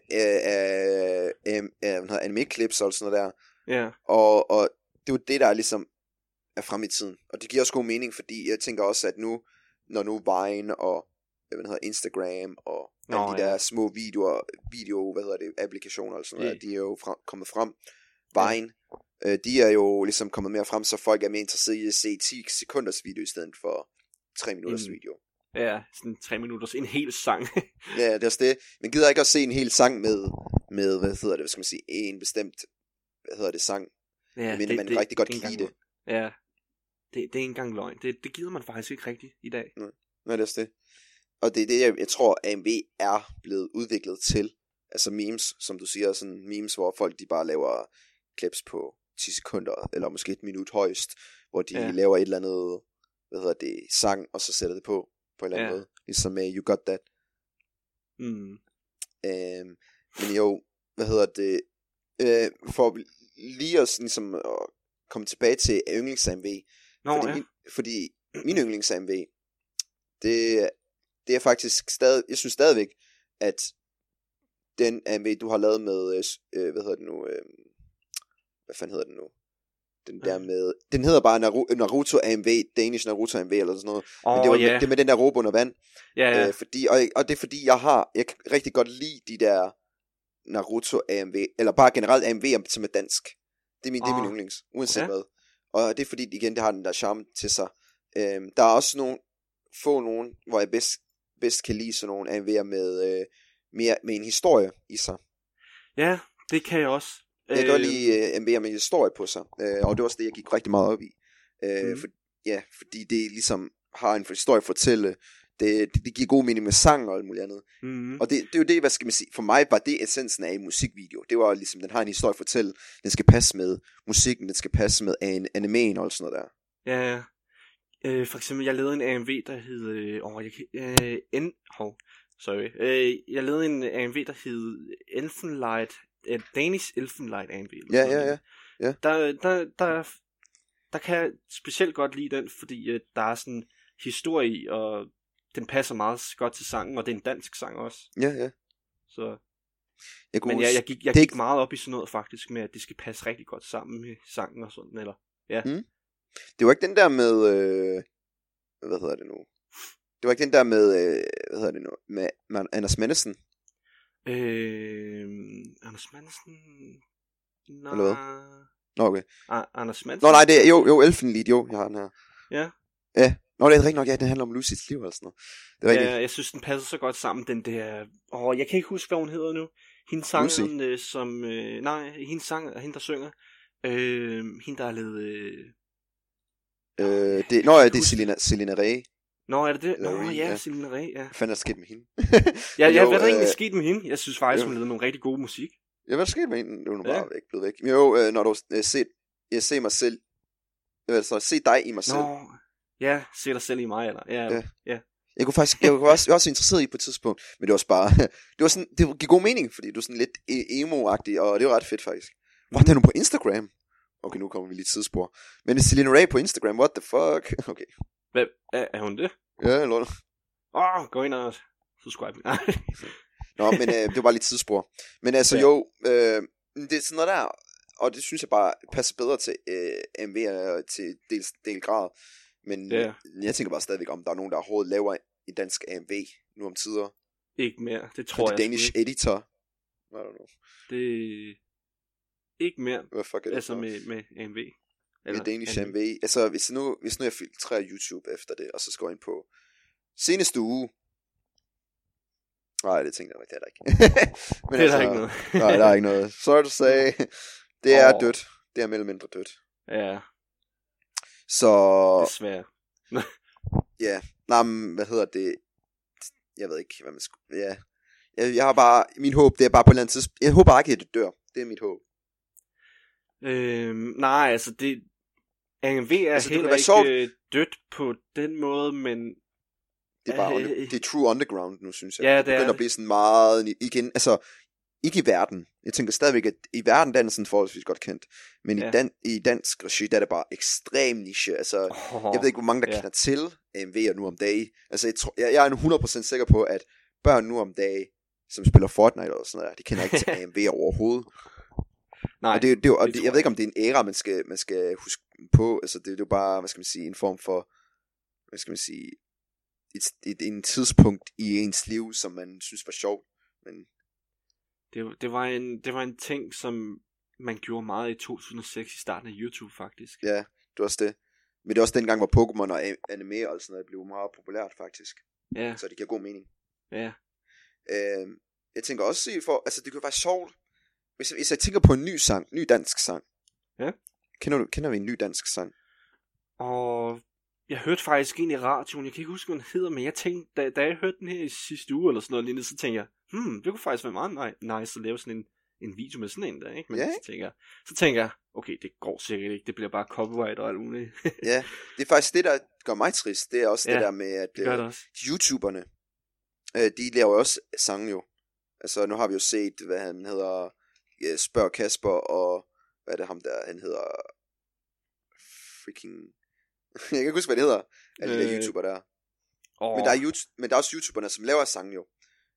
anime-clips og sådan noget der. Ja. Og det er jo det, der ligesom er frem i tiden. Og det giver også god mening, fordi jeg tænker også, at nu, når nu Vine og Instagram og alle de der små applikationer og sådan noget, de er jo kommet frem. Vine, de er jo ligesom kommet mere frem, så folk er mere interesserede i at se 10 sekunders video i stedet for 3 minutters video. Ja, sådan 3 minutters, en hel sang. Ja, det er også det. Man gider ikke at se en hel sang med hvad skal man sige, en bestemt, sang. Ja, men man rigtig godt kan lide det. Ja, det er ikke engang løgn. Det gider man faktisk ikke rigtigt i dag. Nej, det er også det. Og det er det, jeg tror, AMV er blevet udviklet til. Altså memes, som du siger, sådan memes, hvor folk de bare laver clips på 10 sekunder, eller måske 1 minut højst, hvor de laver et eller andet, sang, og så sætter det på en eller anden måde. Ligesom med You Got That. Men jo, for lige at, ligesom, at komme tilbage til yndlings-AMV, fordi min yndlings-AMV, det er faktisk stadig, jeg synes stadigvæk, at den AMV, du har lavet med, hvad fanden hedder den nu? Den der med, den hedder bare Naruto AMV, Danish Naruto AMV eller sådan noget. Men det er med den der råbe under vand. Fordi, og det er fordi, jeg kan rigtig godt lide de der Naruto AMV, eller bare generelt AMV, som er dansk. Det er min yndlings, uanset hvad. Og det er fordi, igen, det har den der charme til sig. Der er også nogle, hvor jeg bedst kan lide sådan nogle AMV'er med en historie i sig. Ja, det kan jeg også. Jeg kan godt lide AMV'er med en historie på sig. Og det var også det, jeg gik rigtig meget op i. Fordi det ligesom har en historie at fortælle. Det giver god mening med sang og alt muligt andet. Og det er jo det, hvad skal man sige, for mig var det essensen af en musikvideo. Det var ligesom, den har en historie at fortælle. Den skal passe med musikken, den skal passe med animeen og sådan noget der. Ja. For eksempel, jeg lavede en AMV, der hed jeg lavede en AMV, der hed Elfenlight, Danish Elfenlight AMV. Ja. Der der kan jeg specielt godt lide den, fordi der er sådan historie i, og den passer meget godt til sangen, og det er en dansk sang også. Ja. Så... Men jeg gik meget op i sådan noget faktisk, med at det skal passe rigtig godt sammen med sangen og sådan, eller... Ja. Det var ikke den der med... hvad hedder det nu? Det var ikke den der med... hvad hedder det nu? Med Anders Mannesen? Anders Mannesen... Nej. Eller hvad? Nå, okay. Anders Mannesen? Nå, nej, det er jo Elfenlied, jo, jeg har den her. Ja. Ja. Nå, det er rigtig nok, ja, det handler om Lucys liv eller sådan noget. Det er ja, jeg synes, den passer så godt sammen, den der... jeg kan ikke huske, hvad hun hedder nu. Hendes sangeren, som... nej, hendes sang, hende der synger. Hende der har lavet... det er Selina Ree. Nå, er det det? Nå, ja, Selina Ree, ja. Hvad fanden er der sket med hende? hvad er der egentlig sket med hende? Jeg synes faktisk, hun lavede nogle rigtig gode musik. Ja, hvad er der sket med hende? Det er jo bare blevet væk. Men jo, når du ser mig selv... Så se dig i mig selv. Nå, ja, se dig selv i mig, eller? Ja. Jeg var også interesseret i på et tidspunkt, men det var også bare, det gik god mening, fordi du er sådan lidt emo-agtig, og det var ret fedt faktisk. Hvor er nu på Instagram? Okay, nu kommer vi lige til tidsspor. Men Selina Ree på Instagram, what the fuck? Okay. Hvad, er hun det? Ja, lort. Gå ind og subscribe. Nå, men det var bare lidt tidsspor. Men altså det er sådan noget der, og det synes jeg bare passer bedre til MV'er til del grad. Men jeg tænker bare stadigvæk, om der er nogen, der overhovedet laver en dansk AMV nu om tider. Ikke mere, det tror jeg. Danish Editor. I don't know. Det ikke mere. Hvad fuck er det? Altså med AMV. Med Danish AMV. Altså hvis nu jeg filtrerer YouTube efter det, og så skal jeg ind på seneste uge. Nej, det tænker jeg det er der ikke. Men det er der ikke noget. Nej, der er ikke noget. Sorry to say. Det er dødt. Det er mere eller mindre dødt. Ja. Så... Desværre. Ja. Nej, men hvad hedder det? Jeg ved ikke, hvad man skulle... Ja. Jeg har bare... Min håb, det er bare på et eller andet tidspunkt... Jeg håber ikke, at det dør. Det er mit håb. Nej, altså det... AMV er altså, heller ikke dødt på den måde, men... Det er bare det er true underground nu, synes jeg. Ja, det begynder at blive sådan meget... Igen, altså... Ikke i verden. Jeg tænker stadigvæk, at i verden der er den sådan forholdsvis godt kendt. Men i dansk regi, der er det bare ekstrem niche. Altså, jeg ved ikke, hvor mange der kender til AMV'er nu om dagen. Altså, jeg er 100% sikker på, at børn nu om dagen, som spiller Fortnite og sådan noget, de kender ikke til AMV'er overhovedet. Nej, og jeg ved ikke, om det er en æra, man skal huske på. Altså, det er jo bare, hvad skal man sige, en form for, hvad skal man sige, en tidspunkt i ens liv, som man synes var sjovt. Men det var en ting, som man gjorde meget i 2006 i starten af YouTube, faktisk. Ja, det var også det. Men det er også dengang, hvor Pokémon og anime og sådan noget blev meget populært, faktisk. Ja. Så det giver god mening. Ja. Jeg tænker også, altså det kunne være sjovt, hvis jeg tænker på en ny dansk sang. Ja. Kender vi en ny dansk sang? Og jeg hørte faktisk en i radioen, jeg kan ikke huske, hvad den hedder, men jeg tænkte, da jeg hørte den her i sidste uge eller sådan noget lignende, så tænkte jeg, det kunne faktisk være meget nice at lave sådan en video med sådan en der, ikke? Men så tænker jeg, okay, det går sikkert ikke, det bliver bare copyright og alt muligt. Ja, det er faktisk det, der gør mig trist, det er også det der med, at YouTuberne, de laver også sange jo. Altså, nu har vi jo set, hvad han hedder, Spørg Kasper, og hvad er det ham der, han hedder, freaking... Jeg kan ikke huske, hvad det hedder, alle de der YouTuber der. Men der er også YouTuberne, som laver sange jo.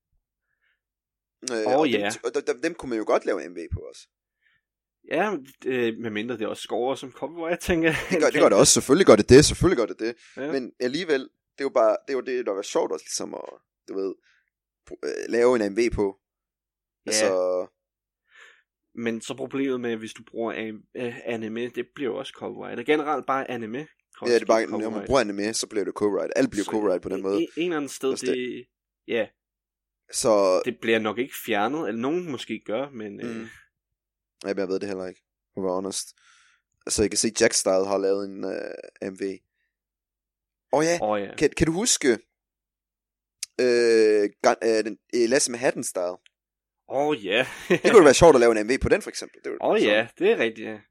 Dem kunne man jo godt lave MV på også. Ja, medmindre det er også scorer som copyright, tænker jeg. Det gør det også, selvfølgelig gør det det. Ja. Men alligevel, det er jo det, der var sjovt også, ligesom at, du ved, lave en MV på. Ja. Altså... Men så problemet med, hvis du bruger anime, det bliver jo også copyright. Og generelt bare anime. Ja, det er bare, når man bruger anime, så bliver det copyright. Alt bliver copyright på den måde. En eller anden sted, ja. Så... Det bliver nok ikke fjernet, eller nogen måske gør, men... Jeg ved det heller ikke, for at være honest. Altså, jeg kan se, Jack Style har lavet en MV. Ja. Kan du huske Lasse med Hatten Style? Ja. Det kunne være sjovt at lave en MV på den, for eksempel. Det er rigtigt, ja.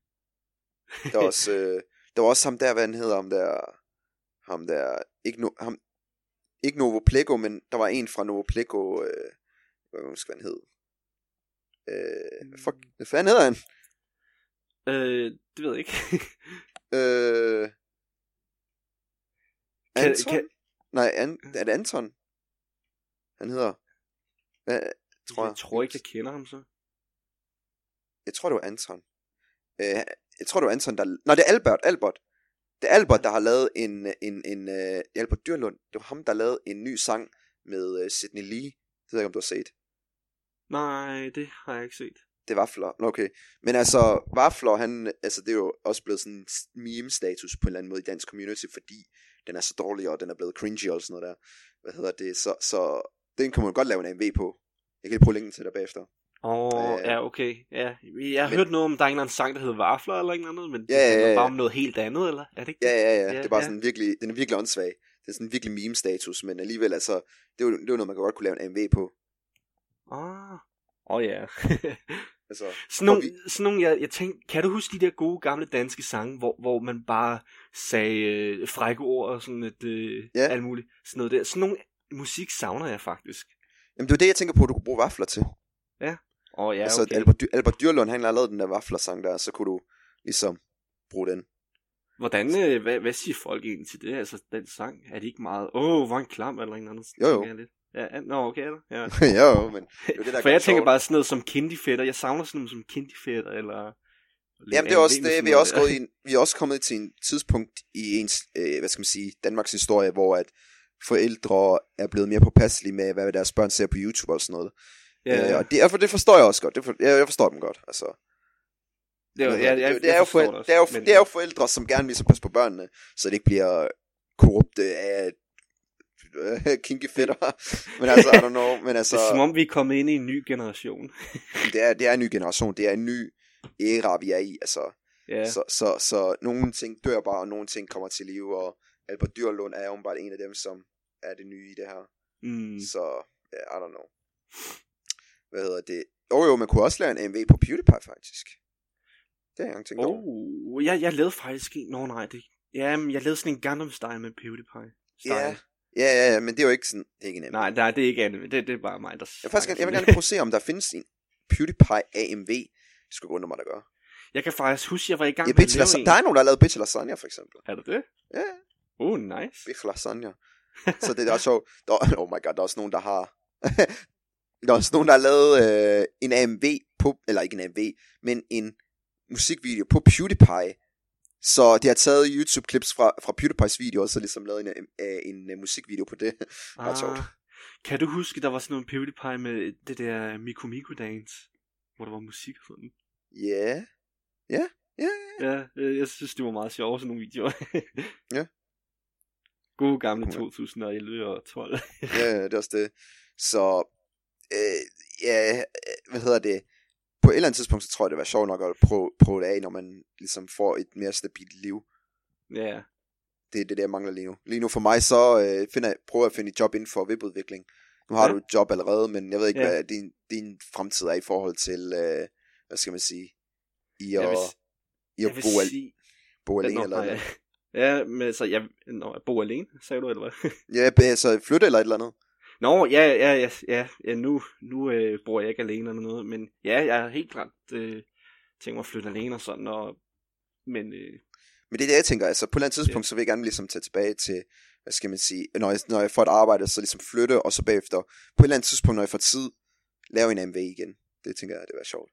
Der var også ham der, hvad han hedder, ham der, ikke Novo Plego, men der var en fra Novo Plego, hvad skal han hedde? Hvad fanden hedder han? Det ved jeg ikke. Anton? Nej, er det Anton? Han hedder... Hvad, jeg tror ikke, jeg kender ham så. Jeg tror, det var Anton. Jeg tror, det var Anton, der... Nå, det er Albert. Det er Albert, der har lavet en Albert Dyrlund. Det var ham, der lavede en ny sang med Sydney Lee. Det ved jeg ikke, om du har set. Nej, det har jeg ikke set. Det er Vafler. Okay. Men altså, Vafler, det er jo også blevet sådan en meme-status på en eller anden måde i dansk community, fordi den er så dårlig, og den er blevet cringy og sådan noget der. Hvad hedder det? Så den kan man godt lave en AMV på. Jeg kan lige prøve linken til dig bagefter. Ja, okay. Ja. Jeg har hørt noget om, der er en eller anden sang, der hedder Vafler eller en andet, men det er bare om noget helt andet, eller? Er det ikke det? Ja. Det er bare sådan virkelig, den er virkelig åndssvag. Det er sådan virkelig meme-status, men alligevel altså, det er jo noget, man kan godt kunne lave en AMV på. Ja. Altså, sådan nogle jeg tænkte, kan du huske de der gode gamle danske sange, hvor man bare sagde frække ord og sådan alt muligt, sådan noget der. Sådan nogle musik savner jeg faktisk. Jamen det er det, jeg tænker på, at du kunne bruge vafler til. Ja. Ja, altså, okay. Albert Dyrlund, han har lavet den der vaflersang der, så kunne du ligesom bruge den. Hvordan, hvad siger folk egentlig til det? Altså, den sang, er det ikke meget, hvor en klam eller en anden? Jo. Ja, okay, eller? Ja. Jo, men det er det, der for jeg tænker bare sådan noget som Kindifætter. Jeg savner sådan noget som Kindifætter, eller... Jamen, det er også det, vi er også kommet til en tidspunkt i ens, hvad skal man sige, Danmarks historie, hvor at forældre er blevet mere påpasselige med, hvad deres børn ser på YouTube og sådan noget. Ja. Og det forstår jeg også godt. Jeg forstår dem godt, altså. Det er jo forældre, som gerne vil så passe på børnene, så det ikke bliver korrupte af kinky fætter. Men altså, I don't know. Men altså, det er som om vi er kommet ind i en ny generation. det er en ny generation. Det er en ny æra, vi er i. Altså, så nogle ting dør bare, og nogle ting kommer til live. Og Albert Dyrlund er jo bare en af dem, som er det nye i det her. Så, I don't know. Hvad hedder det? Jo, man kunne også lave en AMV på PewDiePie, faktisk. Det har jeg ikke tænkt over. Jeg lavede faktisk ikke... jeg lavede sådan en Gangnam Style med PewDiePie. Ja, men det er jo ikke sådan... Det er ikke en AMV. Nej, det er ikke AMV. Det er bare mig, der... Jeg vil gerne prøve at se, om der findes en PewDiePie AMV. Det skulle undre mig, der gør. Jeg kan faktisk huske, jeg var i gang med at lave en. Der er nogen, der har lavet Bitch Lasagna, for eksempel. Er det? Ja. Nice. Bitch Lasagna. Så det er også sjovt. Oh my god, der er også nogen, der har... Der er også nogen, der har lavet en AMV på... Eller ikke en AMV, men en musikvideo på PewDiePie. Så de har taget YouTube-clips fra PewDiePies video, og så ligesom lavet en musikvideo på det. Ret sjovt. Kan du huske, der var sådan noget PewDiePie med det der Miku Miku Dance, hvor der var musik og sådan? Ja. Ja, jeg synes, det var meget sjovt, sådan nogle videoer. Ja. Gode gamle 2011 og 12. Ja, det er også det. Så, hvad hedder det? På et eller andet tidspunkt, så tror jeg, det var sjovt nok at prøve det af, når man ligesom får et mere stabilt liv. Ja. Det er det, jeg mangler lige nu. Lige nu for mig, så prøver jeg at finde et job inden for webudvikling. Nu har du et job allerede, men jeg ved ikke, hvad din fremtid er i forhold til, hvad skal man sige, i at bo alene eller noget. Ja, men så bo alene, sagde du, eller hvad? Ja, så flytte eller et eller andet. Nå, ja, nu bor jeg ikke alene eller noget, men ja, jeg har helt klart tænkt mig at flytte alene og sådan, men det er det, jeg tænker, altså på et eller andet tidspunkt, så vil jeg gerne ligesom tage tilbage til, hvad skal man sige, når jeg får et arbejde, så ligesom flytte, og så bagefter, på et eller andet tidspunkt, når jeg får tid, lave en AMV igen. Det tænker jeg, det vil være sjovt.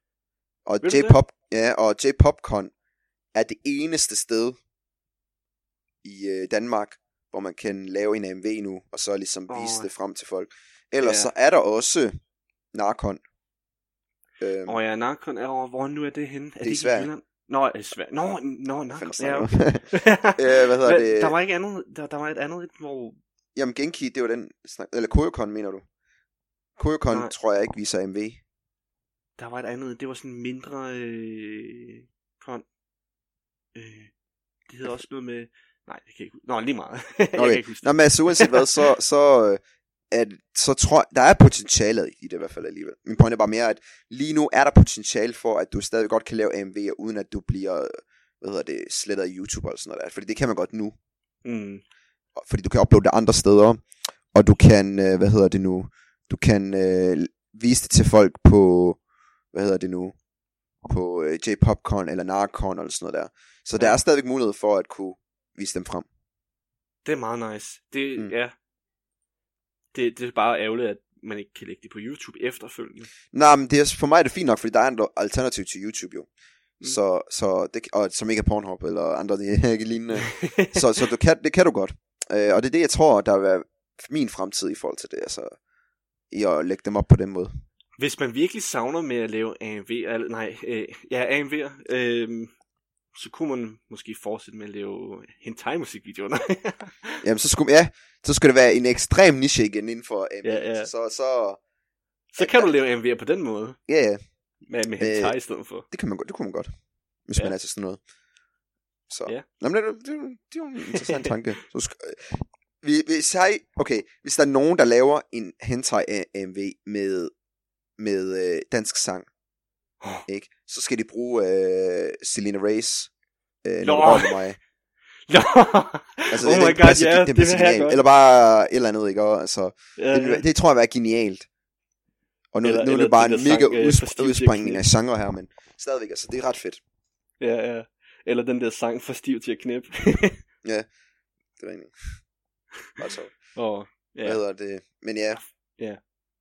Og J-Popcon er det eneste sted i Danmark, hvor man kan lave en AMV nu, og så ligesom vise det frem til folk. Ellers så er der også Narcon. Narcon, hvor nu er det henne? Det er i Sverige. Nå, Narcon. Ja, okay. Hvad hedder det? Der var ikke andet, der var et andet, hvor... Jamen Genki, det var den, eller Koyokon, mener du? Koyokon tror jeg ikke viser AMV. Der var et andet, det var sådan mindre kon. Det hedder også noget med... Nej, det kan jeg ikke huske. Nå, lige meget. Okay. Jeg kan ikke huske det. Nå, men altså uanset hvad, så tror jeg, der er potentiale i det i hvert fald alligevel. Min point er bare mere, at lige nu er der potentiale for, at du stadig godt kan lave AMV'er, uden at du bliver, slettet af YouTube og sådan noget der. Fordi det kan man godt nu. Fordi du kan uploade det andre steder, og du kan, du kan vise det til folk på, på J-Popcon eller Narcon eller sådan noget der. Så der er stadigvæk mulighed for at kunne vise dem frem. Det er meget nice. Ja. Det er bare ærgerligt, at man ikke kan lægge det på YouTube efterfølgende. Nej, men for mig er det fint nok, fordi der er en alternativ til YouTube jo. Så det, og som ikke er Pornhub eller andre lignende. så det kan du godt. Og det er det, jeg tror, der vil være min fremtid i forhold til det, altså i at lægge dem op på den måde. Hvis man virkelig savner med at lave AMV'er, så kunne man måske fortsætte med at lave hentai-musikvideoer. Jamen, så skulle det være en ekstrem niche igen inden for AMV. Ja. Så kan du lave AMV'er på den måde. Ja. Med hentai i stedet for. Det kunne man godt, hvis man er til sådan noget. Så. Ja. Nå, men det er jo en interessant tanke. Hvis der er nogen, der laver en hentai AMV med dansk sang, ikke? Så skal de bruge Selena Reyes Når du mig. Altså, oh my god, ja, det er genialt. Eller bare et eller andet, ikke? Altså, det tror jeg er genialt. Og nu er det bare en mega udspringning af genre her, men stadigvæk, altså, det er ret fedt. Ja. Eller den der sang for stiv til at knæppe. Ja, det er egentlig. Altså, hvad hedder det? Men ja. Ja.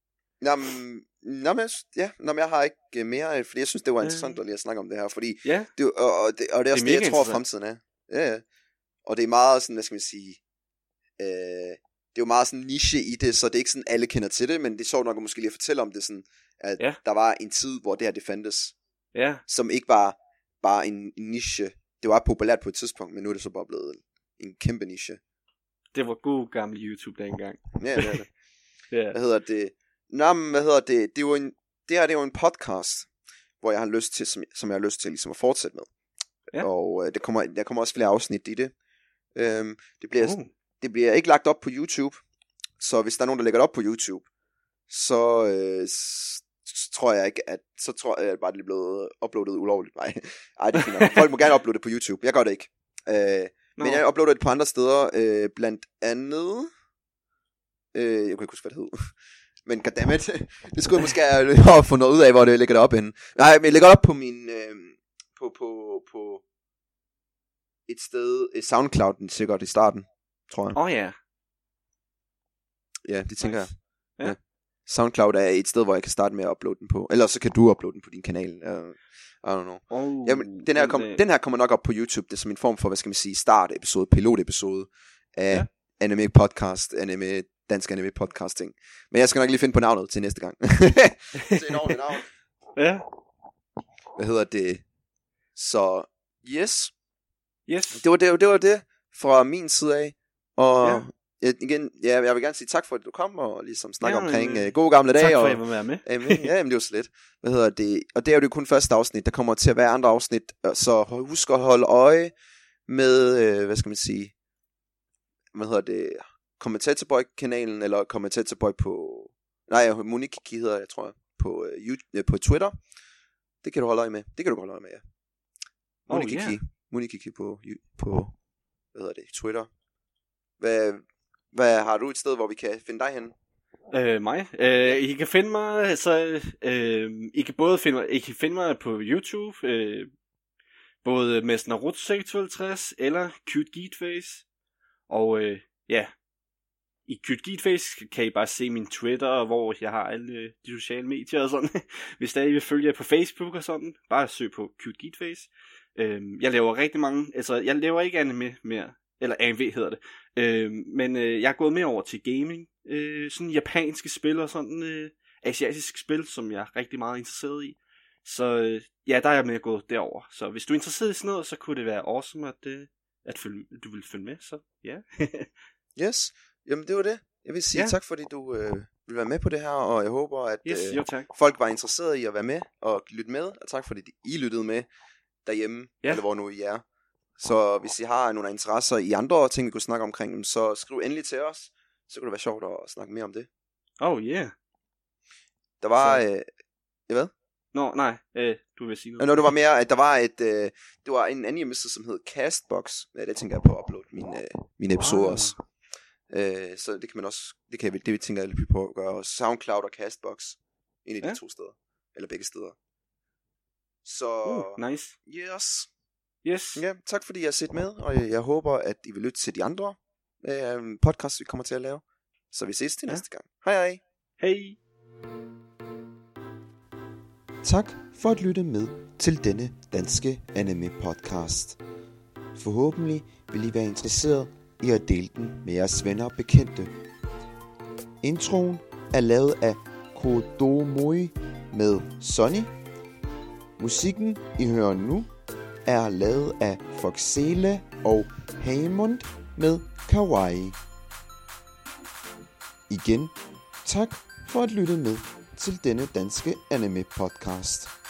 Men jeg har ikke mere, fordi jeg synes, det var interessant at lige at snakke om det her, fordi det er også det, jeg tror, fremtiden er. Ja. Og det er meget sådan, hvad skal man sige, det er jo meget sådan niche i det, så det er ikke sådan, alle kender til det, men det er sjovt nok at måske lige at fortælle om det, sådan, at der var en tid, hvor det her det fandtes, som ikke var bare en niche. Det var populært på et tidspunkt, men nu er det så bare blevet en kæmpe niche. Det var god gammel YouTube dengang. Ja, det er det. Hvad hedder det? Det her er jo en podcast, hvor jeg har lyst til, som jeg har lyst til ligesom at fortsætte med. Ja. Og der kommer også flere afsnit i det. Det bliver ikke lagt op på YouTube, så hvis der er nogen, der lægger det op på YouTube, så tror jeg ikke, at bare det er blevet uploadet ulovligt. Nej, det er fint nok. Folk må gerne uploade det på YouTube. Jeg gør det ikke. Men jeg uploader det på andre steder, blandt andet. Jeg kunne ikke huske, hvad det hed. Men goddammit, det skulle jeg måske have fundet ud af, hvor det ligger det op henne. Nej, men jeg lægger det op på min på et sted, SoundCloud sikkert i starten, tror jeg. Ja, det tænker jeg. Ja. SoundCloud er et sted, hvor jeg kan starte med at uploade den på. Eller så kan du uploade den på din kanal. I don't know. Jamen, den her kommer nok op på YouTube. Det er som en form for, hvad skal man sige, startepisode, pilotepisode af dansk anime podcasting. Men jeg skal nok lige finde på navnet til næste gang. Til en ordentlig navn. Ja. Hvad hedder det? Så, yes. Det var det fra min side af. Og jeg vil gerne sige tak for, at du kom og ligesom snakke omkring gode gamle dage. Tak for, at jeg var med. Jamen, det var så lidt. Hvad hedder det? Og det er jo kun første afsnit. Der kommer til at være andre afsnit. Så husk at holde øje med, hvad skal man sige? Hvad hedder det? Kommentatorboy-kanalen, eller Kommentatorboy på... Nej, Monikiki hedder jeg, tror jeg, på Twitter. Det kan du holde øje med. Ja. Monikiki på hvad hedder det, Twitter. Hvad har du et sted, hvor vi kan finde dig henne? Mig? I kan finde mig, så I kan finde mig på YouTube, både med Naruto 660 eller Cute Geekface. Og i Cute Geekface kan I bare se min Twitter, hvor jeg har alle de sociale medier og sådan. Hvis der I vil følge jer på Facebook og sådan, bare søg på Cute Geekface. Jeg laver rigtig mange, altså jeg laver ikke anime mere, eller AMV hedder det, men jeg er gået mere over til gaming, sådan japanske spil og sådan asiatiske spil, som jeg er rigtig meget interesseret i. Så der er jeg med gået derover. Så hvis du er interesseret i sådan noget, så kunne det være awesome, at du vil følge med, så ja. Yes, jamen det var det. Jeg vil sige tak, fordi du vil være med på det her, og jeg håber, at folk var interesserede i at være med og lytte med, og tak fordi I lyttede med derhjemme, eller hvor nu I er. Så hvis I har nogle interesser i andre ting, vi kunne snakke omkring, så skriv endelig til os, så kunne det være sjovt at snakke mere om det. Der var, hvad? Nej, du vil sige noget. Det var mere, at der var det var en anden hjemmeside, som hed Castbox. Ja, det tænker jeg på at uploade mine episoder også. Så det kan man også, det tænker jeg lidt på at gøre. SoundCloud og Castbox, en af de to steder, eller begge steder. Så, nice. Yes. Ja, tak fordi I har set med, og jeg håber, at I vil lytte til de andre podcast, vi kommer til at lave. Så vi ses til næste gang. Hej hej. Hej. Tak for at lytte med til denne danske anime podcast. Forhåbentlig vil I være interesseret i at dele den med jeres venner og bekendte. Introen er lavet af Kodomoi med Sonny. Musikken I hører nu er lavet af Foxele og Haymond med Kawaii. Igen, tak for at lytte med til denne danske anime podcast.